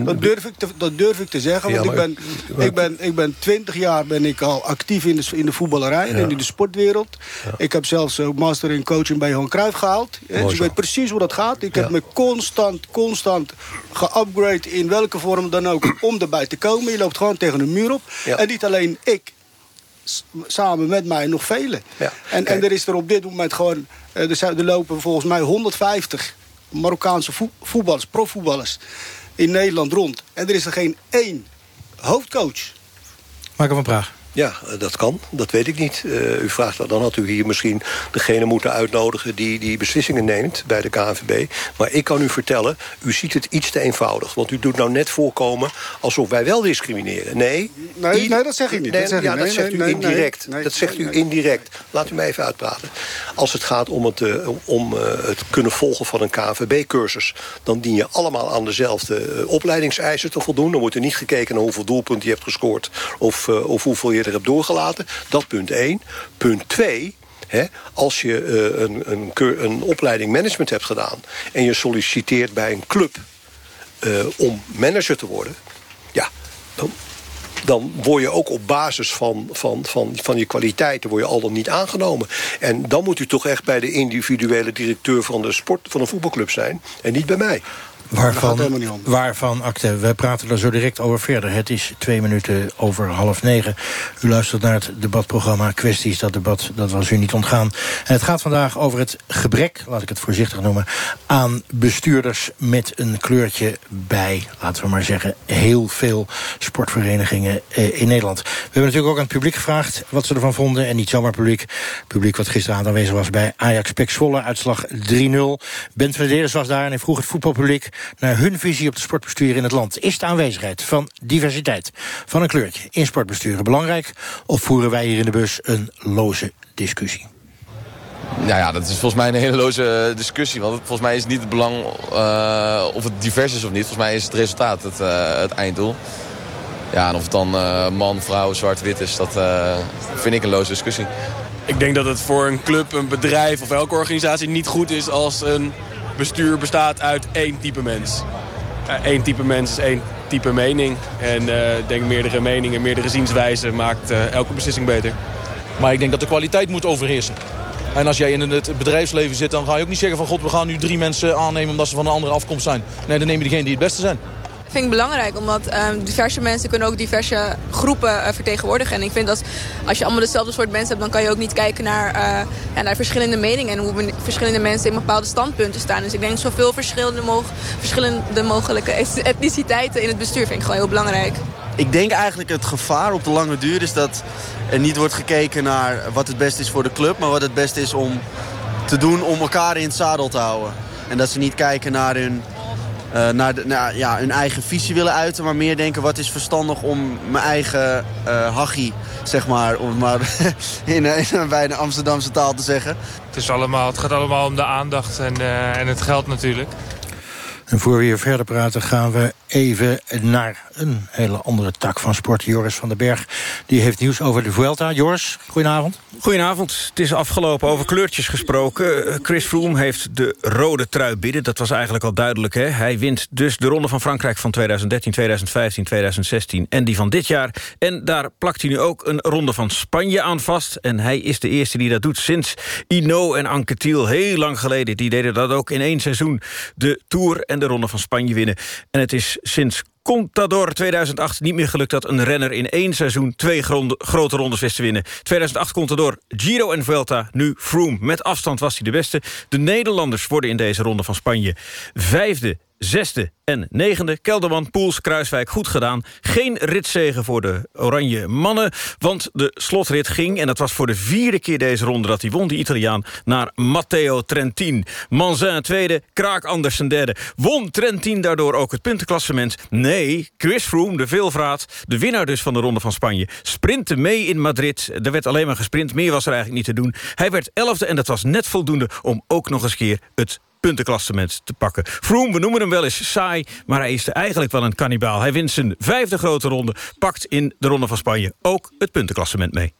Dat durf ik te zeggen. Want ik ben 20 jaar ben ik al actief in de voetballerij en in de sportwereld. Ja. Ik heb zelfs ook master in coaching bij Johan Cruijff gehaald. Dus ik weet precies hoe dat gaat. Ik heb me constant geupgrade in welke vorm dan ook om erbij te komen. Je loopt gewoon tegen een muur op. Ja. En niet alleen ik, samen met mij nog velen. Ja. En er is er op dit moment gewoon, er lopen volgens mij 150 Marokkaanse voetballers, profvoetballers in Nederland rond. En er is er geen 1 hoofdcoach. Michael van Praag. Ja, dat kan. Dat weet ik niet. U vraagt dat, dan had u hier misschien degene moeten uitnodigen die beslissingen neemt bij de KNVB. Maar ik kan u vertellen, u ziet het iets te eenvoudig. Want u doet nou net voorkomen alsof wij wel discrimineren. Nee, dat zeg ik niet. Dat zegt u indirect. Dat zegt u indirect. Laat u mij even uitpraten. Als het gaat om het kunnen volgen van een KNVB-cursus, dan dien je allemaal aan dezelfde opleidingseisen te voldoen. Dan wordt er niet gekeken naar hoeveel doelpunten je hebt gescoord of hoeveel je er hebt doorgelaten. Dat punt 1. Punt 2. Als je een opleiding management hebt gedaan en je solliciteert bij een club om manager te worden, ja, dan word je ook op basis van je kwaliteiten word je al dan niet aangenomen. En dan moet u toch echt bij de individuele directeur van een voetbalclub zijn en niet bij mij. Waarvan akte. We praten er zo direct over verder. Het is 2 minuten over 8:30. U luistert naar het debatprogramma Kwesties. Dat debat, dat was u niet ontgaan. En het gaat vandaag over het gebrek, laat ik het voorzichtig noemen, aan bestuurders met een kleurtje bij, laten we maar zeggen, heel veel sportverenigingen in Nederland. We hebben natuurlijk ook aan het publiek gevraagd wat ze ervan vonden. En niet zomaar publiek. Publiek wat gisteravond aanwezig was bij Ajax PEC Zwolle. Uitslag 3-0. Bent van der Deers was daar en hij vroeg het voetbalpubliek naar hun visie op het sportbestuur in het land. Is de aanwezigheid van diversiteit, van een kleurtje in sportbesturen belangrijk? Of voeren wij hier in de bus een loze discussie? Nou ja, dat is volgens mij een hele loze discussie. Want volgens mij is het niet het belang of het divers is of niet. Volgens mij is het resultaat het einddoel. Ja, en of het dan man, vrouw, zwart, wit is, dat vind ik een loze discussie. Ik denk dat het voor een club, een bedrijf of elke organisatie niet goed is als een bestuur bestaat uit één type mens. Eén type mens is één type mening. En ik denk meerdere meningen, meerdere zienswijzen maakt elke beslissing beter. Maar ik denk dat de kwaliteit moet overheersen. En als jij in het bedrijfsleven zit, dan ga je ook niet zeggen van... God, we gaan nu 3 mensen aannemen omdat ze van een andere afkomst zijn. Nee, dan neem je degene die het beste zijn. Dat vind ik belangrijk, omdat diverse mensen kunnen ook diverse groepen vertegenwoordigen. En ik vind dat als je allemaal dezelfde soort mensen hebt, dan kan je ook niet kijken naar verschillende meningen en hoe verschillende mensen in bepaalde standpunten staan. Dus ik denk zoveel verschillende mogelijke etniciteiten in het bestuur vind ik gewoon heel belangrijk. Ik denk eigenlijk het gevaar op de lange duur is dat er niet wordt gekeken naar wat het beste is voor de club, maar wat het beste is om te doen om elkaar in het zadel te houden. En dat ze niet kijken naar hun eigen visie willen uiten, maar meer denken wat is verstandig om mijn eigen hachie, zeg maar, om het maar in een bijna Amsterdamse taal te zeggen. Het gaat allemaal om de aandacht en het geld natuurlijk. En voor we hier verder praten gaan we even naar een hele andere tak van sport. Joris van den Berg die heeft nieuws over de Vuelta. Joris, goedenavond. Goedenavond. Het is afgelopen. Over kleurtjes gesproken. Chris Froome heeft de rode trui binnen. Dat was eigenlijk al duidelijk. Hè? Hij wint dus de Ronde van Frankrijk van 2013, 2015, 2016 en die van dit jaar. En daar plakt hij nu ook een Ronde van Spanje aan vast. En hij is de eerste die dat doet sinds Hinault en Anquetil. Heel lang geleden. Die deden dat ook in 1 seizoen. De Tour en de Ronde van Spanje winnen. En het is sinds Contador 2008 niet meer gelukt dat een renner in 1 seizoen 2 grote rondes wist te winnen. 2008 Contador, Giro en Vuelta, nu Froome. Met afstand was hij de beste. De Nederlanders worden in deze Ronde van Spanje 5e, 6e en 9e. Kelderman, Poels, Kruiswijk, goed gedaan. Geen ritzege voor de oranje mannen, want de slotrit ging, en dat was voor de 4e keer deze ronde dat hij won, die Italiaan, naar Matteo Trentin. Manzin tweede, Kraak Andersen derde. Won Trentin daardoor ook het puntenklassement? Nee, Chris Froome, de veelvraat, de winnaar dus van de Ronde van Spanje, sprintte mee in Madrid. Er werd alleen maar gesprint, meer was er eigenlijk niet te doen. Hij werd 11e en dat was net voldoende om ook nog eens keer het puntenklassement te pakken. Froome, we noemen hem wel eens saai, maar hij is eigenlijk wel een kannibaal. Hij wint zijn 5e grote ronde, pakt in de Ronde van Spanje ook het puntenklassement mee.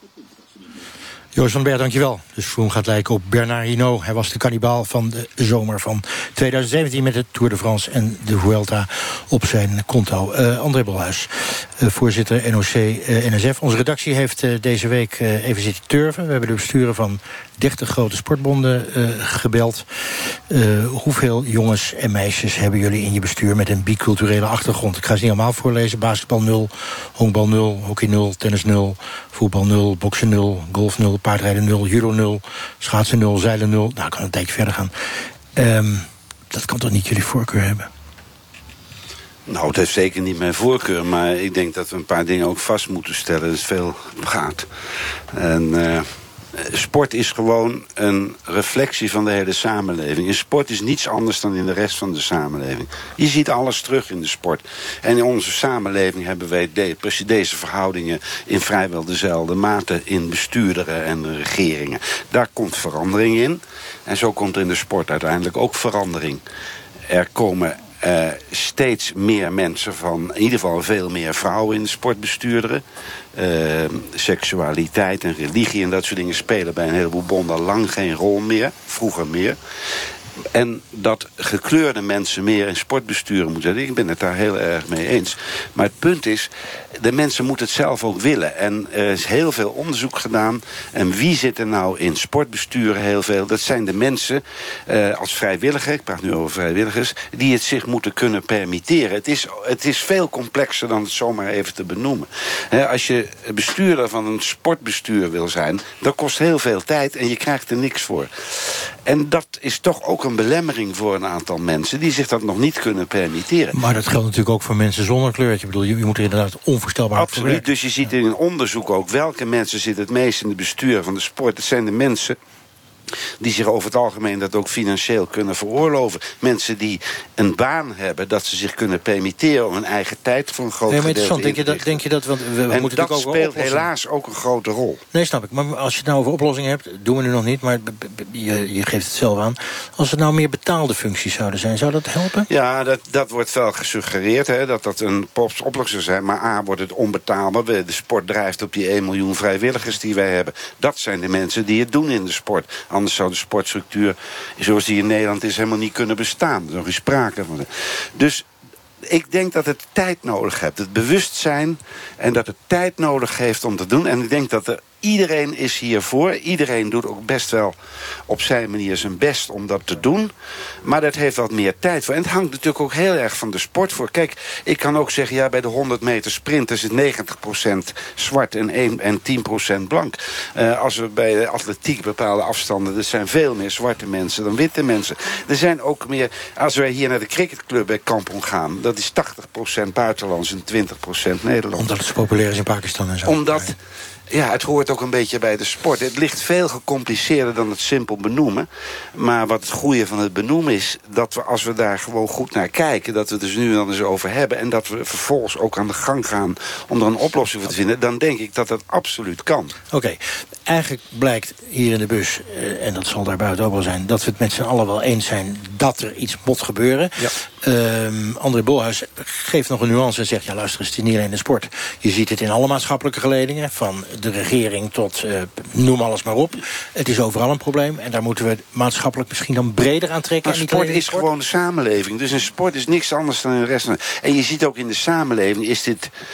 Joris van den Berg, dankjewel. Dus Froome gaat lijken op Bernard Hinault. Hij was de kannibaal van de zomer van 2017... met de Tour de France en de Vuelta op zijn konto. André Bolhuis, voorzitter NOC-NSF. Onze redactie heeft deze week even zitten turven. We hebben de besturen van 30 grote sportbonden gebeld. Hoeveel jongens en meisjes hebben jullie in je bestuur met een biculturele achtergrond? Ik ga ze niet allemaal voorlezen. Basketbal 0, honkbal 0, hockey 0, tennis 0, voetbal 0, boksen 0, golf 0, paardrijden 0, judo 0, schaatsen 0, zeilen 0. Nou, ik kan een tijdje verder gaan. Dat kan toch niet jullie voorkeur hebben? Nou, het heeft zeker niet mijn voorkeur, maar ik denk dat we een paar dingen ook vast moeten stellen. Dat is veel gaat. En sport is gewoon een reflectie van de hele samenleving. En sport is niets anders dan in de rest van de samenleving. Je ziet alles terug in de sport. En in onze samenleving hebben wij precies deze verhoudingen in vrijwel dezelfde mate in bestuurderen en regeringen. Daar komt verandering in. En zo komt er in de sport uiteindelijk ook verandering. Er komen steeds meer mensen van, in ieder geval veel meer vrouwen in de sport bestuurderen. Seksualiteit en religie en dat soort dingen spelen bij een heleboel bonden lang geen rol meer. Vroeger meer. En dat gekleurde mensen meer in sportbesturen moeten hebben. Ik ben het daar heel erg mee eens. Maar het punt is, de mensen moeten het zelf ook willen. En er is heel veel onderzoek gedaan. En wie zit er nou in sportbesturen heel veel? Dat zijn de mensen als vrijwilliger, ik praat nu over vrijwilligers, die het zich moeten kunnen permitteren. Het is veel complexer dan het zomaar even te benoemen. Als je bestuurder van een sportbestuur wil zijn, dat kost heel veel tijd en je krijgt er niks voor. En dat is toch ook een belemmering voor een aantal mensen die zich dat nog niet kunnen permitteren. Maar dat geldt natuurlijk ook voor mensen zonder kleurtje. Ik bedoel, je moet er inderdaad onvoorstelbaar voor werken. Absoluut, dus je ziet in een onderzoek ook welke mensen zitten het meest in het bestuur van de sport. Dat zijn de mensen die zich over het algemeen dat ook financieel kunnen veroorloven. Mensen die een baan hebben, dat ze zich kunnen permitteren om hun eigen tijd voor een groot gedeelte in te richten. Denk je dat, want we en moeten dat ook speelt helaas ook een grote rol. Nee, snap ik. Maar als je het nou over oplossingen hebt, doen we nu nog niet, maar je geeft het zelf aan. Als er nou meer betaalde functies zouden zijn, zou dat helpen? Ja, dat wordt wel gesuggereerd, hè, dat een oplossing zou zijn. Maar A, wordt het onbetaalbaar. De sport drijft op die 1 miljoen vrijwilligers die wij hebben. Dat zijn de mensen die het doen in de sport. Anders zou de sportstructuur, zoals die in Nederland is, helemaal niet kunnen bestaan. Er is nog geen sprake van. Dus ik denk dat het tijd nodig heeft. Het bewustzijn en dat het tijd nodig heeft om te doen. En ik denk dat iedereen is hiervoor. Iedereen doet ook best wel op zijn manier zijn best om dat te doen. Maar dat heeft wat meer tijd voor. En het hangt natuurlijk ook heel erg van de sport voor. Kijk, ik kan ook zeggen, ja, bij de 100 meter sprint is het 90% zwart en 10% blank. Als we bij de atletiek bepaalde afstanden, er zijn veel meer zwarte mensen dan witte mensen. Er zijn ook meer, als wij hier naar de cricketclub bij Kampong gaan, dat is 80% buitenlands en 20% Nederlands. Omdat het zo populair is in Pakistan en zo. Omdat, ja, het hoort ook een beetje bij de sport. Het ligt veel gecompliceerder dan het simpel benoemen. Maar wat het goede van het benoemen is, dat we, als we daar gewoon goed naar kijken, dat we het dus nu en dan eens over hebben, en dat we vervolgens ook aan de gang gaan om er een oplossing voor te vinden, dan denk ik dat dat absoluut kan. Oké. Eigenlijk blijkt hier in de bus, en dat zal daar buiten ook wel zijn, dat we het met z'n allen wel eens zijn dat er iets moet gebeuren. Ja. André Bolhuis geeft nog een nuance en zegt, ja, luister eens, het is niet alleen de sport. Je ziet het in alle maatschappelijke geledingen, van de regering tot noem alles maar op. Het is overal een probleem en daar moeten we maatschappelijk misschien dan breder aan trekken. Maar sport is gewoon de samenleving. Dus een sport is niks anders dan de rest. En je ziet ook in de samenleving is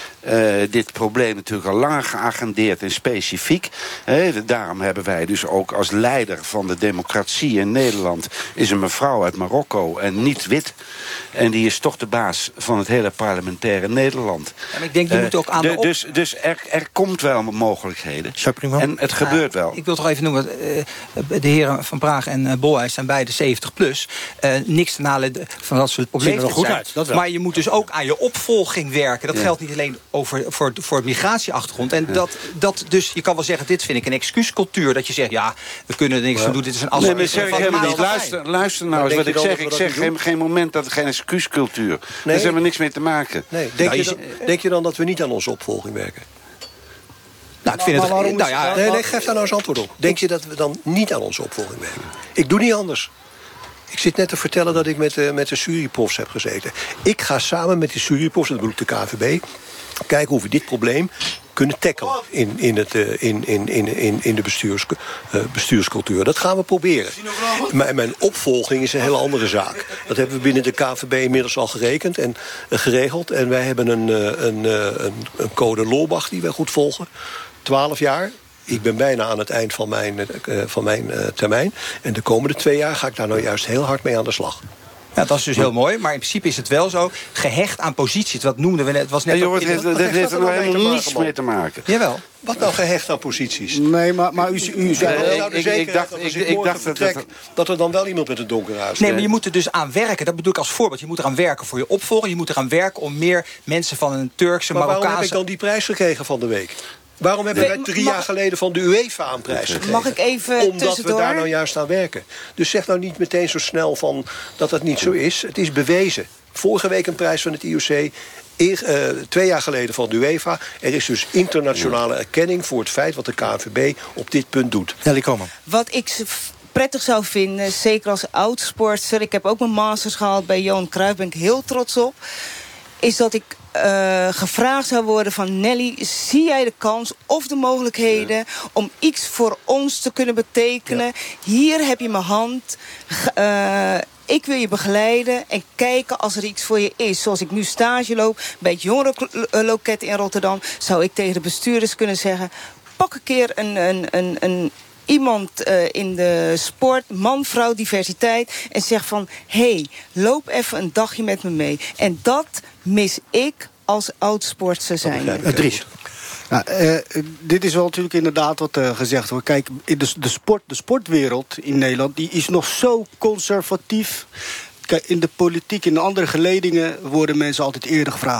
dit probleem natuurlijk al langer geagendeerd en specifiek. Daarom hebben wij dus ook als leider van de democratie in Nederland is een mevrouw uit Marokko en niet wit. En die is toch de baas van het hele parlementaire Nederland. Ja, maar ik denk, je moet ook aan Dus er komt wel mogelijkheden. En het gebeurt wel. Ik wil toch even noemen, de heren Van Praag en Bolhuis zijn beide 70+. Niks te nalen van dat soort problemen. Ziet er nog goed uit, dat wel. Maar je moet dus ook aan je opvolging werken. Dat geldt niet alleen voor het migratieachtergrond. En dat dus, je kan wel zeggen, dit vind ik een excuuscultuur. Dat je zegt, ja, we kunnen er niks aan doen. Dit is een nee, maar zeg ik helemaal niet. Luister nou eens wat ik zeg. Ik zeg geen moment dat het geen excuuscultuur. Nee. Daar hebben we niks mee te maken. Nee. Denk je dan dat we niet aan onze opvolging werken? Nou, ik vind het. Nee, geef daar nou eens antwoord op. Denk je dat we dan niet aan onze opvolging werken? Ik doe niet anders. Ik zit net te vertellen dat ik met de juryprofs heb gezeten. Ik ga samen met die juryprofs, dat bedoel ik de KNVB, kijken hoe we dit probleem kunnen tackelen in de bestuurscultuur. Dat gaan we proberen. Maar mijn opvolging is een hele andere zaak. Dat hebben we binnen de KNVB inmiddels al geregeld. En wij hebben een code Loorbach die wij goed volgen. 12 jaar. Ik ben bijna aan het eind van mijn termijn. En de komende 2 jaar ga ik daar nou juist heel hard mee aan de slag. Ja, dat is dus heel mooi, maar in principe is het wel zo gehecht aan posities. Wat noemden we net? Het was net dat heeft er nou helemaal niets mee te maken. Jawel. Wat nou gehecht aan posities? Nee, maar u dat er dan wel iemand met een donker huis. Nee, maar je moet er dus aan werken. Dat bedoel ik als voorbeeld. Je moet eraan werken voor je opvolging. Je moet eraan werken om meer mensen van een Turkse, Marokkaanse... waarom heb ik dan die prijs gekregen van de week? Waarom hebben wij 3 jaar geleden van de UEFA een prijs gekregen? Mag ik even Omdat tussendoor? we daar nou juist aan werken. Dus zeg nou niet meteen zo snel van dat het niet zo is. Het is bewezen. Vorige week een prijs van het IOC. 2 jaar geleden van de UEFA. Er is dus internationale erkenning voor het feit wat de KNVB op dit punt doet. Nelly Koman. Wat ik prettig zou vinden, zeker als oud-sportster, ik heb ook mijn masters gehaald bij Johan Cruijff, ben ik heel trots op, is dat ik gevraagd zou worden van Nelly, zie jij de kans of de mogelijkheden om iets voor ons te kunnen betekenen? Ja. Hier heb je mijn hand. Ik wil je begeleiden en kijken als er iets voor je is. Zoals ik nu stage loop bij het jongerenloket in Rotterdam, zou ik tegen de bestuurders kunnen zeggen, pak een keer iemand in de sport, man, vrouw, diversiteit, en zeg van, hey, loop even een dagje met me mee. En dat mis ik als oud-sportster zijn. Dries. Nou, dit is wel natuurlijk inderdaad wat gezegd wordt. Kijk, de sportwereld in Nederland, die is nog zo conservatief. Kijk, in de politiek, in de andere geledingen worden mensen altijd eerder gevraagd.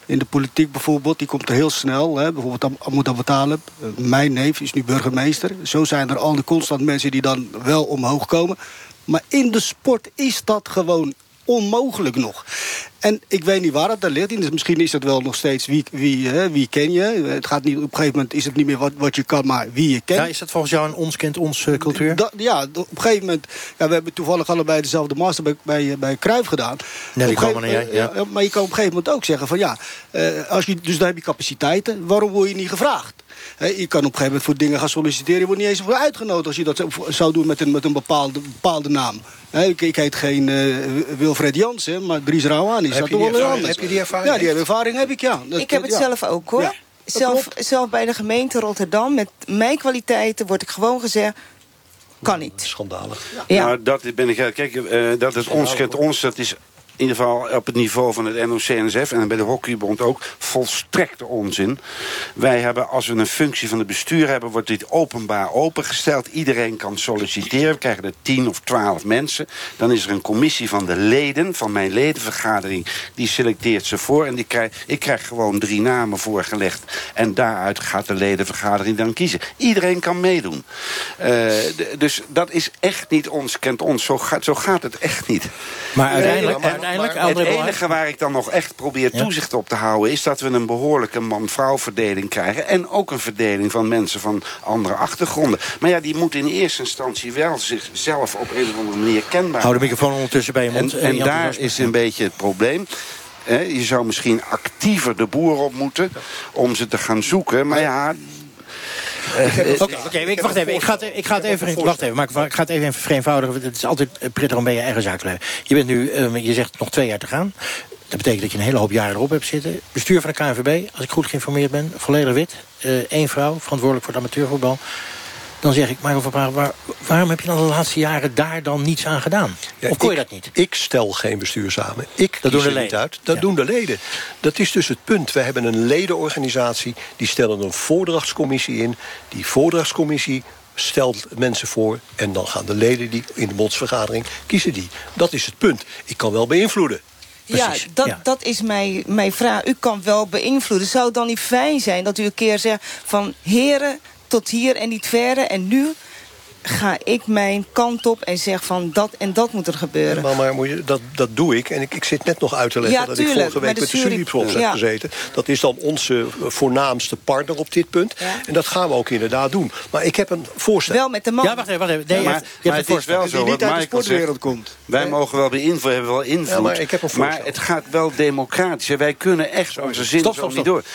In de politiek bijvoorbeeld, die komt er heel snel. Hè. Bijvoorbeeld Ahmed Abu Talib, mijn neef, is nu burgemeester. Zo zijn er al constant mensen die dan wel omhoog komen. Maar in de sport is dat gewoon onmogelijk nog. En ik weet niet waar het daar ligt. Dus misschien is het wel nog steeds wie ken je. Het gaat niet, op een gegeven moment is het niet meer wat je kan, maar wie je kent. Ja, is dat volgens jou een ons kent ons cultuur? Op een gegeven moment. Ja, we hebben toevallig allebei dezelfde master bij Cruijff gedaan. Nee, die komen jij. Ja. Maar je kan op een gegeven moment ook zeggen van dus dan heb je capaciteiten. Waarom word je niet gevraagd? Je kan op een gegeven moment voor dingen gaan solliciteren. Je wordt niet eens voor uitgenodigd als je dat zou doen met een bepaalde naam. Ik heet geen Wilfred Jansen, maar Dries Rouwani. Heb je die ervaring? Ja, die ervaring heb ik, ja. Ik heb het zelf ook, hoor. Ja, zelf bij de gemeente Rotterdam, met mijn kwaliteiten, wordt ik gewoon gezegd, kan niet. Schandalig. Ja. Nou, dat ben ik. Kijk, dat het ons kent ons, dat is in ieder geval op het niveau van het NOC-NSF en bij de Hockeybond ook volstrekte onzin. Wij hebben, als we een functie van het bestuur hebben, wordt dit openbaar opengesteld. Iedereen kan solliciteren. We krijgen er 10 of 12 mensen. Dan is er een commissie van de leden, van mijn ledenvergadering, die selecteert ze voor. En ik krijg gewoon 3 namen voorgelegd. En daaruit gaat de ledenvergadering dan kiezen. Iedereen kan meedoen. Dus dat is echt niet ons kent ons. Zo gaat het echt niet. Maar uiteindelijk het enige waar ik dan nog echt probeer toezicht op te houden is dat we een behoorlijke man-vrouw verdeling krijgen. En ook een verdeling van mensen van andere achtergronden. Maar ja, die moet in eerste instantie wel zichzelf op een of andere manier kenbaar. Hou de microfoon ondertussen bij je mond. En daar is een beetje het probleem. Je zou misschien actiever de boer op moeten om ze te gaan zoeken. Maar ja. Wacht even. Ik ga het even vereenvoudigen. Het is altijd prettig om bij je eigen zaak te blijven. Je bent nu, je zegt nog 2 jaar te gaan. Dat betekent dat je een hele hoop jaren erop hebt zitten. Bestuur van de KNVB, als ik goed geïnformeerd ben, volledig wit. 1 vrouw, verantwoordelijk voor het amateurvoetbal. Dan zeg ik, Michael van Praag, waarom heb je dan de laatste jaren daar dan niets aan gedaan? Of kon je dat niet? Ik stel geen bestuur samen. Dat doen de leden. Niet uit. Dat doen de leden. Dat is dus het punt. We hebben een ledenorganisatie, die stellen een voordrachtscommissie in. Die voordrachtscommissie stelt mensen voor en dan gaan de leden die in de bondsvergadering kiezen die. Dat is het punt. Ik kan wel beïnvloeden. Precies. Ja, dat is mijn vraag. U kan wel beïnvloeden. Zou het dan niet fijn zijn dat u een keer zegt van heren, tot hier en niet verder. En nu ga ik mijn kant op en zeg van dat en dat moet er gebeuren. Ja, maar dat doe ik. En ik zit net nog uit te leggen dat ik vorige week met de Suripswolf heb gezeten. Dat is dan onze voornaamste partner op dit punt. Ja. En dat gaan we ook inderdaad doen. Maar ik heb een voorstel. Wel met de man. Ja, wacht even. Nee, maar het is wel zo, die niet wat uit de Michael sportwereld komt. Wij mogen wel beïnvloeden, hebben wel invloed. Ja, maar ik heb een voorstel. Maar het gaat wel democratisch. Wij kunnen echt onze zin zo niet door.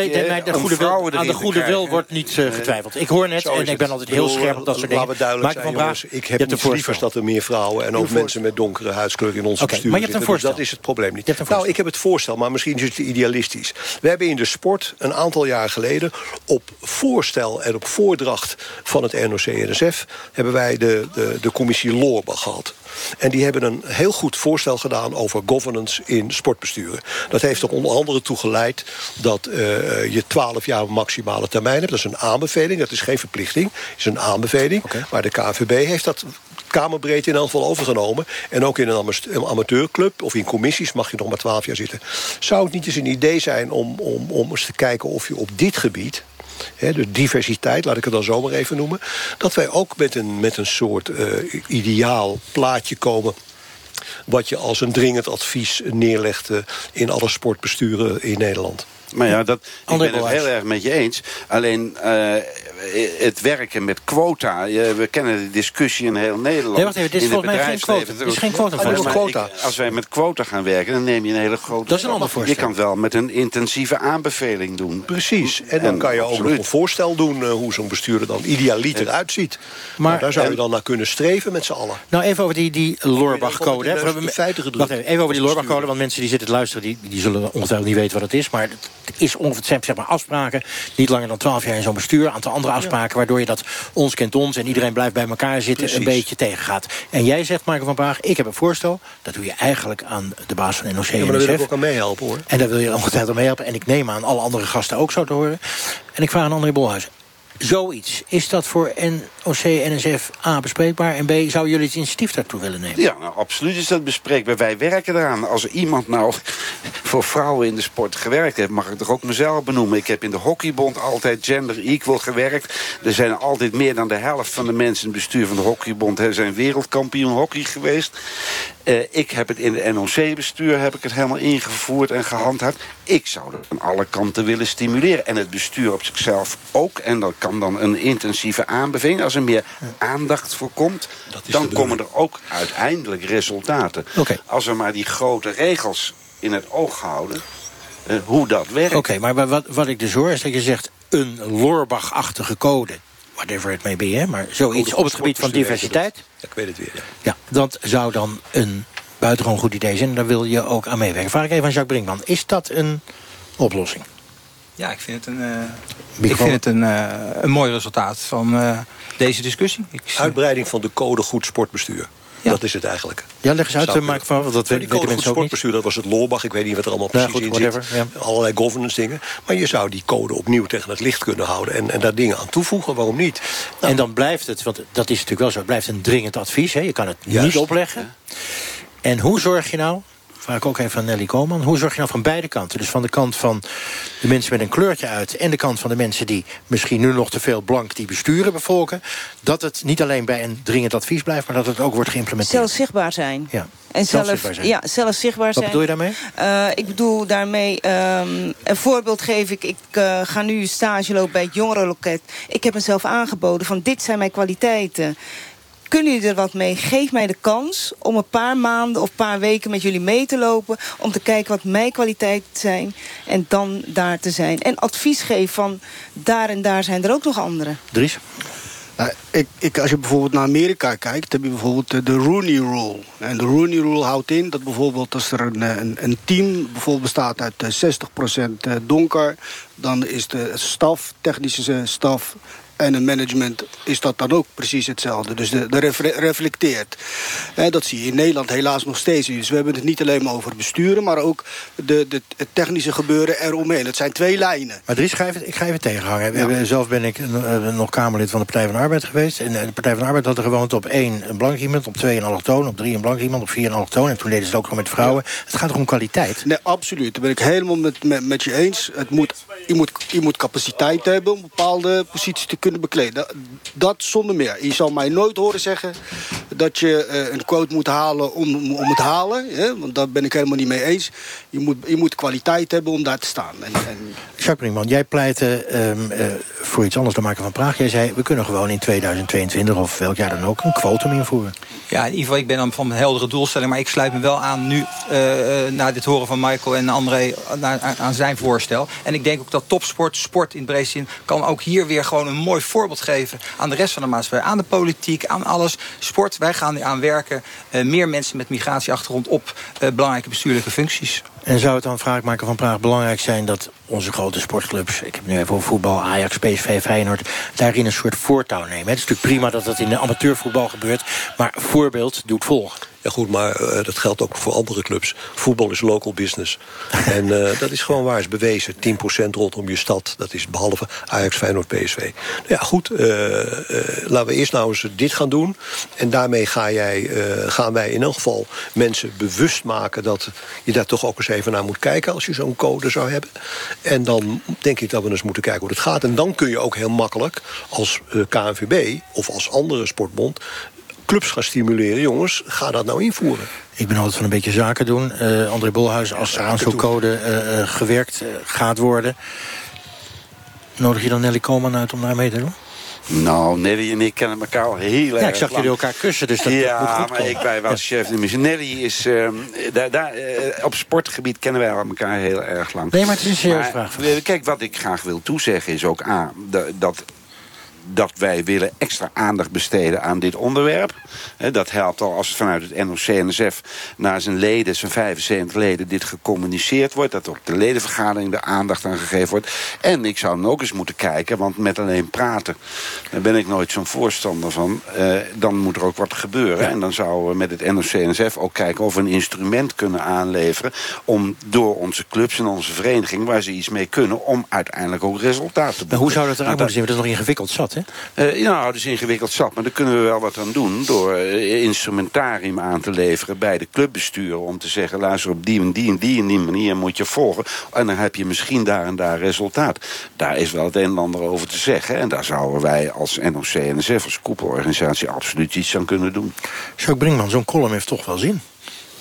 Aan de goede wil wordt niet getwijfeld. Ik hoor net, en ik ben altijd heel scherp op dat soort dingen. Laten we duidelijk zijn, jongens. Ik heb het liever dat er meer vrouwen en ook mensen met donkere huidskleur in ons bestuur maar je hebt een voorstel. Dus dat is het probleem niet. Nou, ik heb het voorstel, maar misschien is het idealistisch. We hebben in de sport een aantal jaar geleden op voorstel en op voordracht van het NOC-NSF hebben wij de commissie Loorbach gehad. En die hebben een heel goed voorstel gedaan over governance in sportbesturen. Dat heeft er onder andere toe geleid dat je 12 jaar maximale termijn hebt. Dat is een aanbeveling, dat is geen verplichting. Dat is een aanbeveling. Okay. Maar de KNVB heeft dat kamerbreed in elk geval overgenomen. En ook in een amateurclub of in commissies mag je nog maar 12 jaar zitten. Zou het niet eens een idee zijn om eens te kijken of je op dit gebied, de diversiteit, laat ik het dan zo maar even noemen, dat wij ook met een soort ideaal plaatje komen wat je als een dringend advies neerlegt in alle sportbesturen in Nederland. Maar ja, ik ben het heel erg met je eens. Alleen het werken met quota. We kennen de discussie in heel Nederland. Nee, wacht even, dit is volgens mij geen quota. Dit is geen quota. Als wij met quota gaan werken, dan neem je een hele grote. Dat is een ander voorstel. Je kan het wel met een intensieve aanbeveling doen. Precies. En dan kan je ook nog een voorstel doen hoe zo'n bestuurder dan idealiter uitziet. Maar daar zou je dan naar kunnen streven met z'n allen. Nou, even over die Loorbach-code. Even over die Loorbach-code, want mensen die zitten te luisteren, die zullen ongetwijfeld niet weten wat het is. Maar het zijn zeg maar afspraken, niet langer dan 12 jaar in zo'n bestuur, een aantal andere afspraken, waardoor je dat ons kent ons en iedereen blijft bij elkaar zitten, precies, een beetje tegengaat. En jij zegt, Michael van Praag, ik heb een voorstel, dat doe je eigenlijk aan de baas van NOC en NSF. Maar daar wil ik ook aan meehelpen, hoor. En daar wil je ongetwijfeld aan meehelpen. En ik neem aan alle andere gasten ook zo te horen. En ik vraag aan André Bolhuis, zoiets, is dat voor NOC, NSF A bespreekbaar? En B, zou jullie het initiatief daartoe willen nemen? Ja, nou, absoluut is dat bespreekbaar. Wij werken eraan. Als er iemand nou voor vrouwen in de sport gewerkt heeft, mag ik toch ook mezelf benoemen. Ik heb in de hockeybond altijd gender equal gewerkt. Er zijn altijd meer dan de helft van de mensen in het bestuur van de hockeybond zijn wereldkampioen hockey geweest. Ik heb het in de NOC-bestuur heb ik het helemaal ingevoerd en gehandhaafd. Ik zou dat aan alle kanten willen stimuleren. En het bestuur op zichzelf ook. En dat kan dan een intensieve aanbeveling. Als er meer aandacht voor komt, dan komen er ook uiteindelijk resultaten. Okay. Als we maar die grote regels in het oog houden, hoe dat werkt. Oké, maar wat ik dus hoor is dat je zegt een Lorbach-achtige code. Whatever it may be, hè? Maar zoiets op het gebied van diversiteit. Ja, ik weet het weer, Ja, dat zou dan een buitengewoon goed idee zijn. En daar wil je ook aan meewerken. Vraag ik even aan Jacques Brinkman. Is dat een oplossing? Ja, ik vind het een mooi resultaat van deze discussie. Uitbreiding van de code goed sportbestuur. Ja. Dat is het eigenlijk. Ja, leg eens uit, Mike van, want dat weten mensen ook niet. Sportbestuur, dat was het Lorbach. Ik weet niet wat er allemaal precies in zit. Ja. Allerlei governance dingen. Maar je zou die code opnieuw tegen het licht kunnen houden en daar dingen aan toevoegen. Waarom niet? Nou, en dan blijft het, want dat is natuurlijk wel zo, het blijft een dringend advies. Hè? Je kan het niet opleggen. En hoe zorg je nou, vraag ik ook even aan Nelly Koolman, hoe zorg je nou van beide kanten? Dus van de kant van de mensen met een kleurtje uit en de kant van de mensen die misschien nu nog te veel blank die besturen bevolken, dat het niet alleen bij een dringend advies blijft, maar dat het ook wordt geïmplementeerd. Zelf zichtbaar zijn. Ja. En zelf zichtbaar zijn. Wat bedoel je daarmee? Ik bedoel daarmee, een voorbeeld geef ik. Ik ga nu stage lopen bij het jongerenloket. Ik heb mezelf aangeboden van dit zijn mijn kwaliteiten. Kunnen jullie er wat mee? Geef mij de kans om een paar maanden of een paar weken met jullie mee te lopen. Om te kijken wat mijn kwaliteiten zijn. En dan daar te zijn. En advies geven van daar en daar zijn er ook nog anderen. Dries? Nou, als je bijvoorbeeld naar Amerika kijkt, heb je bijvoorbeeld de Rooney Rule. En de Rooney Rule houdt in dat bijvoorbeeld als er een team bijvoorbeeld bestaat uit 60% donker, dan is de staf, technische staf en een management is dat dan ook precies hetzelfde. Dus de reflecteert. Dat zie je in Nederland helaas nog steeds. Dus we hebben het niet alleen maar over besturen, maar ook het technische gebeuren eromheen. Het zijn twee lijnen. Maar Dries, ik ga even tegenhangen. Ja. Zelf ben ik nog Kamerlid van de Partij van de Arbeid geweest. En de Partij van de Arbeid had er gewoond op 1 een blank iemand, op 2 een allochtoon, op 3 een blank iemand, op 4 een allochtoon. En toen deden ze het ook gewoon met vrouwen. Ja. Het gaat toch om kwaliteit? Nee, absoluut. Daar ben ik helemaal met je eens. Je moet capaciteit hebben om bepaalde posities te kunnen bekleden. Dat zonder meer. Je zal mij nooit horen zeggen dat je een quote moet halen om het halen. Hè? Want daar ben ik helemaal niet mee eens. Je moet kwaliteit hebben om daar te staan. Jacques Brinkman, jij pleitte voor iets anders dan Marco van Praag. Jij zei, we kunnen gewoon in 2022 of welk jaar dan ook een quotum invoeren. Ja, in ieder geval, ik ben dan van een heldere doelstelling, maar ik sluit me wel aan nu, na dit horen van Michael en André, aan zijn voorstel. En ik denk ook dat topsport, sport in breed zin, kan ook hier weer gewoon een mooi voorbeeld geven aan de rest van de maatschappij, aan de politiek, aan alles. Sport, wij gaan eraan werken. Meer mensen met migratieachtergrond op belangrijke bestuurlijke functies. En zou het dan, vraag ik Marco van Praag, belangrijk zijn dat onze grote sportclubs, ik heb het nu even over voetbal, Ajax, PSV, Feyenoord, daarin een soort voortouw nemen? Het is natuurlijk prima dat dat in de amateurvoetbal gebeurt, maar voorbeeld doet volgen. Ja goed, maar dat geldt ook voor andere clubs. Voetbal is local business. En dat is gewoon waar, is bewezen. 10% rondom je stad, dat is behalve Ajax, Feyenoord, PSV. Nou ja, goed, laten we eerst nou eens dit gaan doen. En daarmee gaan wij in elk geval mensen bewust maken dat je daar toch ook eens even naar moet kijken als je zo'n code zou hebben. En dan denk ik dat we eens moeten kijken hoe het gaat. En dan kun je ook heel makkelijk als KNVB of als andere sportbond clubs gaan stimuleren. Jongens, ga dat nou invoeren. Ik ben altijd van een beetje zaken doen. André Bolhuis, als er aan zo'n code gewerkt gaat worden, nodig je dan Nelly Koolman uit om daar mee te doen? Nou, Nelly en ik kennen elkaar al heel erg lang. Ja, ik zag jullie elkaar kussen, dus dat moet goed komen. Maar ik ben wel chef de mission. Nelly is, op sportgebied kennen wij elkaar heel erg lang. Nee, maar het is een serieuze vraag. Kijk, wat ik graag wil toezeggen is ook dat dat wij willen extra aandacht besteden aan dit onderwerp. Dat helpt al als het vanuit het NOC-NSF naar zijn leden, zijn 75 leden, dit gecommuniceerd wordt. Dat op de ledenvergadering de aandacht aan gegeven wordt. En ik zou dan ook eens moeten kijken, want met alleen praten, daar ben ik nooit zo'n voorstander van. Dan moet er ook wat gebeuren. Ja. En dan zouden we met het NOC-NSF ook kijken of we een instrument kunnen aanleveren om door onze clubs en onze vereniging, waar ze iets mee kunnen, om uiteindelijk ook resultaten te boeken. Maar hoe zou dat eruit moeten zien? Dat is nog ingewikkeld zat, hè? Dat is ingewikkeld zat. Maar daar kunnen we wel wat aan doen door instrumentarium aan te leveren bij de clubbesturen. Om te zeggen, luister, op die en die manier moet je volgen. En dan heb je misschien daar en daar resultaat. Daar is wel het een en ander over te zeggen. En daar zouden wij als NOC-NSF, als koepelorganisatie, absoluut iets aan kunnen doen. Jacques Brinkman, zo'n column heeft toch wel zin?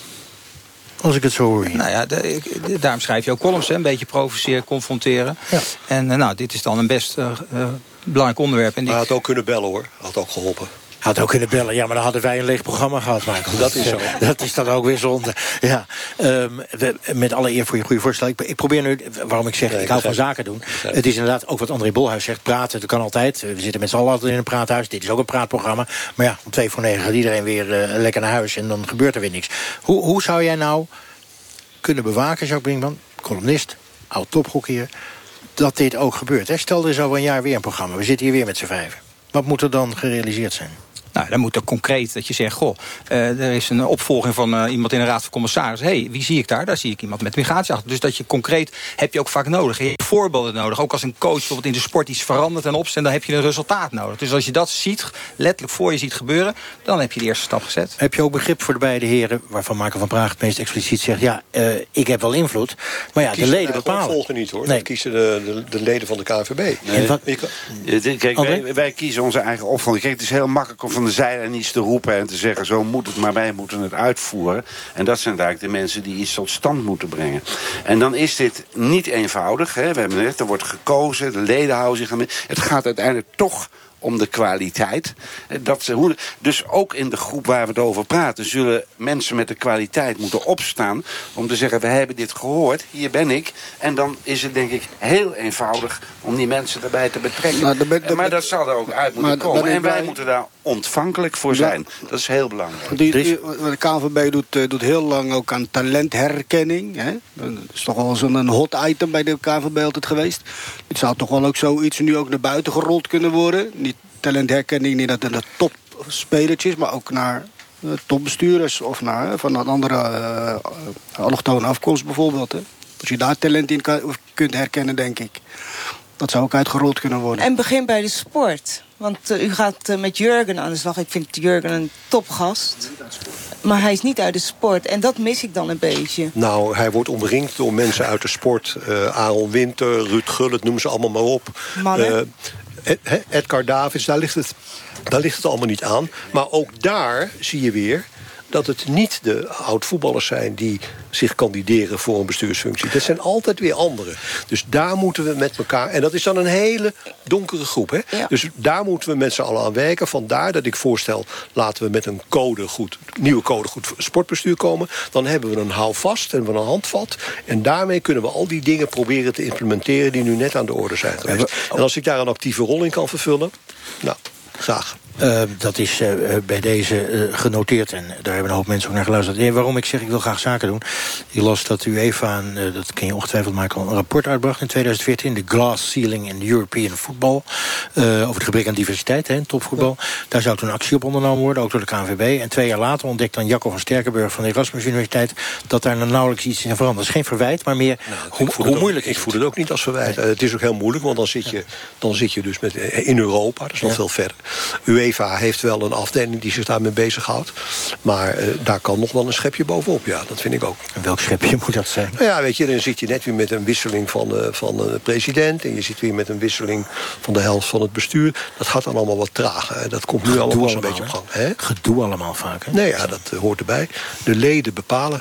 Als ik het zo hoor. Nou ja, daarom schrijf je ook columns, hè? Een beetje provoceren, confronteren. Ja. En dit is dan een best belangrijk onderwerp. En hij had ook kunnen bellen, hoor. Had ook geholpen. Had ook kunnen bellen, ja, maar dan hadden wij een leeg programma gehad, Michael. Dat is zo. Dat is dan ook weer zonde. Ja, met alle eer voor je goede voorstel. Ik probeer nu, waarom ik zeg, ik hou van zaken doen. Het is inderdaad ook wat André Bolhuis zegt, praten, dat kan altijd. We zitten met z'n allen altijd in een praathuis. Dit is ook een praatprogramma. Maar ja, om 8:45 gaat iedereen weer lekker naar huis en dan gebeurt er weer niks. Hoe zou jij nou kunnen bewaken, Jacques Brinkman, columnist, oud tophockeyer, dat dit ook gebeurt? Hè? Stel, er is over een jaar weer een programma. We zitten hier weer met z'n vijven. Wat moet er dan gerealiseerd zijn? Nou, dan moet er concreet dat je zegt, er is een opvolging van iemand in een raad van commissarissen. Wie zie ik daar? Daar zie ik iemand met migratie achter. Dus dat je concreet, heb je ook vaak nodig. Je hebt voorbeelden nodig. Ook als een coach bijvoorbeeld in de sport iets verandert en opzet, dan heb je een resultaat nodig. Dus als je dat ziet, letterlijk voor je ziet gebeuren, dan heb je de eerste stap gezet. Heb je ook begrip voor de beide heren, waarvan Michael van Praag het meest expliciet zegt, ja, ik heb wel invloed, maar ja, de leden bepalen. De volgen niet, hoor. Nee. Dat kiezen de leden van de KNVB. Nee. Kijk, wij kiezen onze eigen opvolging. Kijk, het is heel makkelijk om van de zijlijn iets te roepen en te zeggen, zo moet het, maar wij moeten het uitvoeren. En dat zijn eigenlijk de mensen die iets tot stand moeten brengen. En dan is dit niet eenvoudig. Hè. We hebben net, er wordt gekozen, de leden houden zich aan mee. Het gaat uiteindelijk toch om de kwaliteit. Dus ook in de groep waar we het over praten, zullen mensen met de kwaliteit moeten opstaan om te zeggen, we hebben dit gehoord, hier ben ik. En dan is het denk ik heel eenvoudig om die mensen erbij te betrekken. Maar dat zal er ook uit moeten komen. En wij moeten daar ontvankelijk voor zijn. Dat is heel belangrijk. De KNVB doet heel lang ook aan talentherkenning. Hè? Dat is toch wel zo'n hot item bij de KNVB altijd geweest. Het zou toch wel ook zoiets nu ook naar buiten gerold kunnen worden. Niet talentherkenning, niet dat de topspelertjes, maar ook naar topbestuurders of naar van een andere allochtone afkomst bijvoorbeeld. Hè? Als je daar talent in kunt herkennen, denk ik. Dat zou ook uitgerold kunnen worden. En begin bij de sport. Want u gaat met Jurgen aan de slag. Ik vind Jurgen een topgast. Maar hij is niet uit de sport. En dat mis ik dan een beetje. Nou, hij wordt omringd door mensen uit de sport. Aaron Winter, Ruud Gullit, noem ze allemaal maar op. Mannen. Edgar Davids, daar ligt het allemaal niet aan. Maar ook daar zie je weer dat het niet de oud-voetballers zijn die zich kandideren voor een bestuursfunctie. Dat zijn altijd weer anderen. Dus daar moeten we met elkaar, en dat is dan een hele donkere groep. Hè? Ja. Dus daar moeten we met z'n allen aan werken. Vandaar dat ik voorstel, laten we met een nieuwe code goed sportbestuur komen. Dan hebben we een houvast en we een handvat. En daarmee kunnen we al die dingen proberen te implementeren die nu net aan de orde zijn geweest. En als ik daar een actieve rol in kan vervullen, nou, graag. Dat is bij deze genoteerd en daar hebben een hoop mensen ook naar geluisterd. Waarom ik zeg, ik wil graag zaken doen. Ik las dat UEFA, dat ken je ongetwijfeld, Michael, een rapport uitbracht in 2014... de Glass Ceiling in European Football, over het gebrek aan diversiteit in topvoetbal. Ja. Daar zou toen actie op ondernomen worden, ook door de KNVB. En 2 jaar later ontdekt dan Jacco van Sterkenburg van de Erasmus Universiteit dat daar nauwelijks iets in verandert. Dat is geen verwijt, maar meer hoe moeilijk is het? Ik voel het ook niet als verwijt. Het is ook heel moeilijk, want dan zit je dus in Europa, dat is nog veel verder. UEFA heeft wel een afdeling die zich daarmee bezighoudt. Maar daar kan nog wel een schepje bovenop, ja, dat vind ik ook. En welk schepje moet dat zijn? Nou ja, weet je, dan zit je net weer met een wisseling van de president en je zit weer met een wisseling van de helft van het bestuur. Dat gaat dan allemaal wat traag. Hè. Dat komt nu allemaal een beetje op gang. Hè? Gedoe allemaal vaak, hè? Nee, ja, dat hoort erbij. De leden bepalen.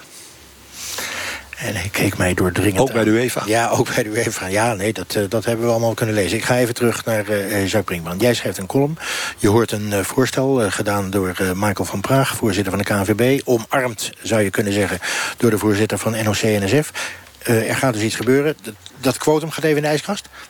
En hij keek mij doordringend ook bij de UEFA? Ja, ook bij de UEFA. Ja, nee, dat hebben we allemaal kunnen lezen. Ik ga even terug naar Jacques Brinkman. Jij schrijft een column. Je hoort een voorstel gedaan door Michael van Praag, voorzitter van de KNVB. Omarmd, zou je kunnen zeggen, door de voorzitter van NOC-NSF. Er gaat dus iets gebeuren. Dat quotum gaat even in de ijskast?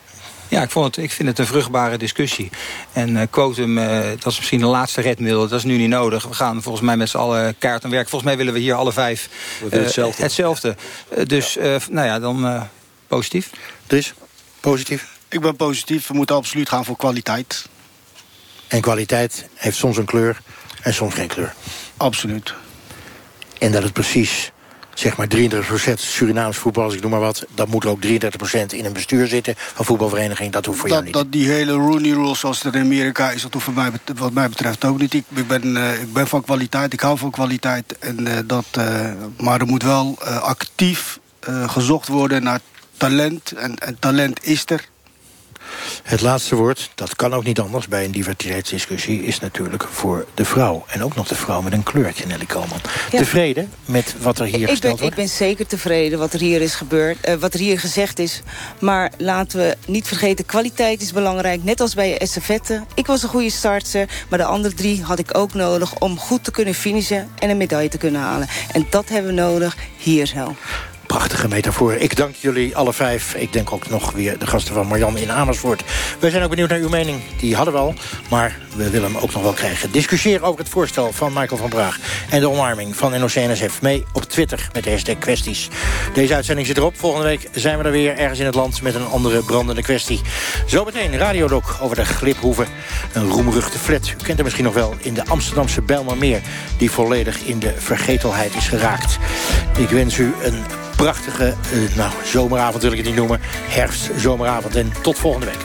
Ja, ik vind het een vruchtbare discussie. En quotum, dat is misschien de laatste redmiddel. Dat is nu niet nodig. We gaan volgens mij met z'n allen keihard aan werk. Volgens mij willen we hier alle 5 hetzelfde. Dus, dan positief. Dus, positief? Ik ben positief. We moeten absoluut gaan voor kwaliteit. En kwaliteit heeft soms een kleur en soms geen kleur. Absoluut. En dat het precies, zeg maar 33% Surinaams voetbal, als ik noem maar wat, dat moet er ook 33% in een bestuur zitten van voetbalvereniging. Dat hoeft voor jou niet. Dat die hele Rooney Rule zoals het in Amerika is, dat hoeft wat mij betreft ook niet. Ik ben van kwaliteit, ik hou van kwaliteit. Maar er moet wel actief gezocht worden naar talent. En talent is er. Het laatste woord, dat kan ook niet anders bij een diversiteitsdiscussie, is natuurlijk voor de vrouw. En ook nog de vrouw met een kleurtje, Nelly Koolman. Ja. Tevreden met wat er hier gesteld wordt? Ik ben zeker tevreden wat er hier is gebeurd, wat er hier gezegd is. Maar laten we niet vergeten, kwaliteit is belangrijk. Net als bij estafette. Ik was een goede starter, maar de andere 3 had ik ook nodig om goed te kunnen finishen en een medaille te kunnen halen. En dat hebben we nodig hier zo. Prachtige metafoor. Ik dank jullie alle 5. Ik denk ook nog weer de gasten van Marianne in Amersfoort. Wij zijn ook benieuwd naar uw mening. Die hadden we al, maar we willen hem ook nog wel krijgen. Discussieer over het voorstel van Michael van Praag en de omarming van NOC-NSF mee op Twitter met de hashtag kwesties. Deze uitzending zit erop. Volgende week zijn we er weer ergens in het land met een andere brandende kwestie. Zometeen Radiodoc over de Gliphoeve. Een roemruchte flat. U kent hem misschien nog wel in de Amsterdamse Bijlmermeer, die volledig in de vergetelheid is geraakt. Ik wens u een prachtige zomeravond, wil ik het niet noemen. Herfst, zomeravond en tot volgende week.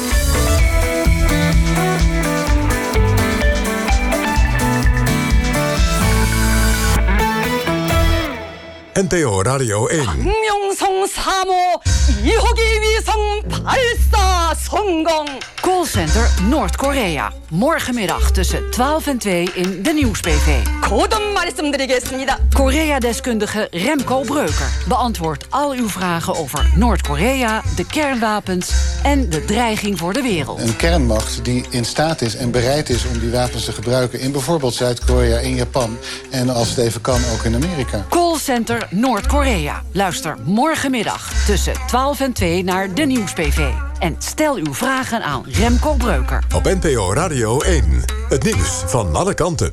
NPO Radio 1. 박명성 3호 2호기 위성 발사 성공. Callcenter Noord-Korea. Morgenmiddag tussen 12 en 2 in de Nieuws-PV. 고든 말씀드리겠습니다. Korea-deskundige Remco Breuker beantwoordt al uw vragen over Noord-Korea, de kernwapens en de dreiging voor de wereld. Een kernmacht die in staat is en bereid is om die wapens te gebruiken in bijvoorbeeld Zuid-Korea, in Japan en als het even kan ook in Amerika. Callcenter Noord-Korea. Luister morgenmiddag tussen 12 en 2 naar de Nieuws-PV. En stel uw vragen aan Remco Breuker. Op NPO Radio 1. Het nieuws van alle kanten.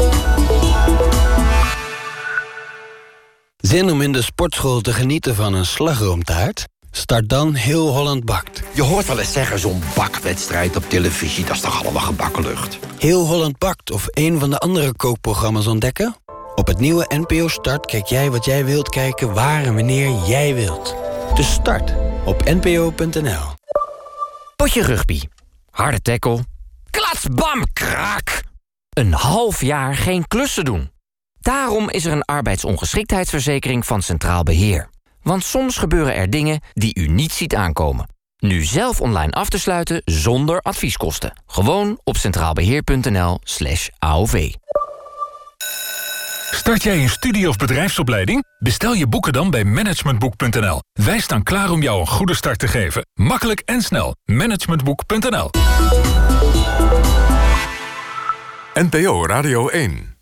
Zin om in de sportschool te genieten van een slagroomtaart? Start dan Heel Holland Bakt. Je hoort wel eens zeggen, zo'n bakwedstrijd op televisie, dat is toch allemaal gebakken lucht? Heel Holland Bakt of een van de andere kookprogramma's ontdekken? Op het nieuwe NPO Start kijk jij wat jij wilt kijken, waar en wanneer jij wilt. Dus start op npo.nl. Potje rugby. Harde tackle. Klats, bam, kraak. Een half jaar geen klussen doen. Daarom is er een arbeidsongeschiktheidsverzekering van Centraal Beheer. Want soms gebeuren er dingen die u niet ziet aankomen. Nu zelf online af te sluiten zonder advieskosten. Gewoon op centraalbeheer.nl/AOV. Start jij een studie- of bedrijfsopleiding? Bestel je boeken dan bij managementboek.nl. Wij staan klaar om jou een goede start te geven. Makkelijk en snel. Managementboek.nl. NPO Radio 1.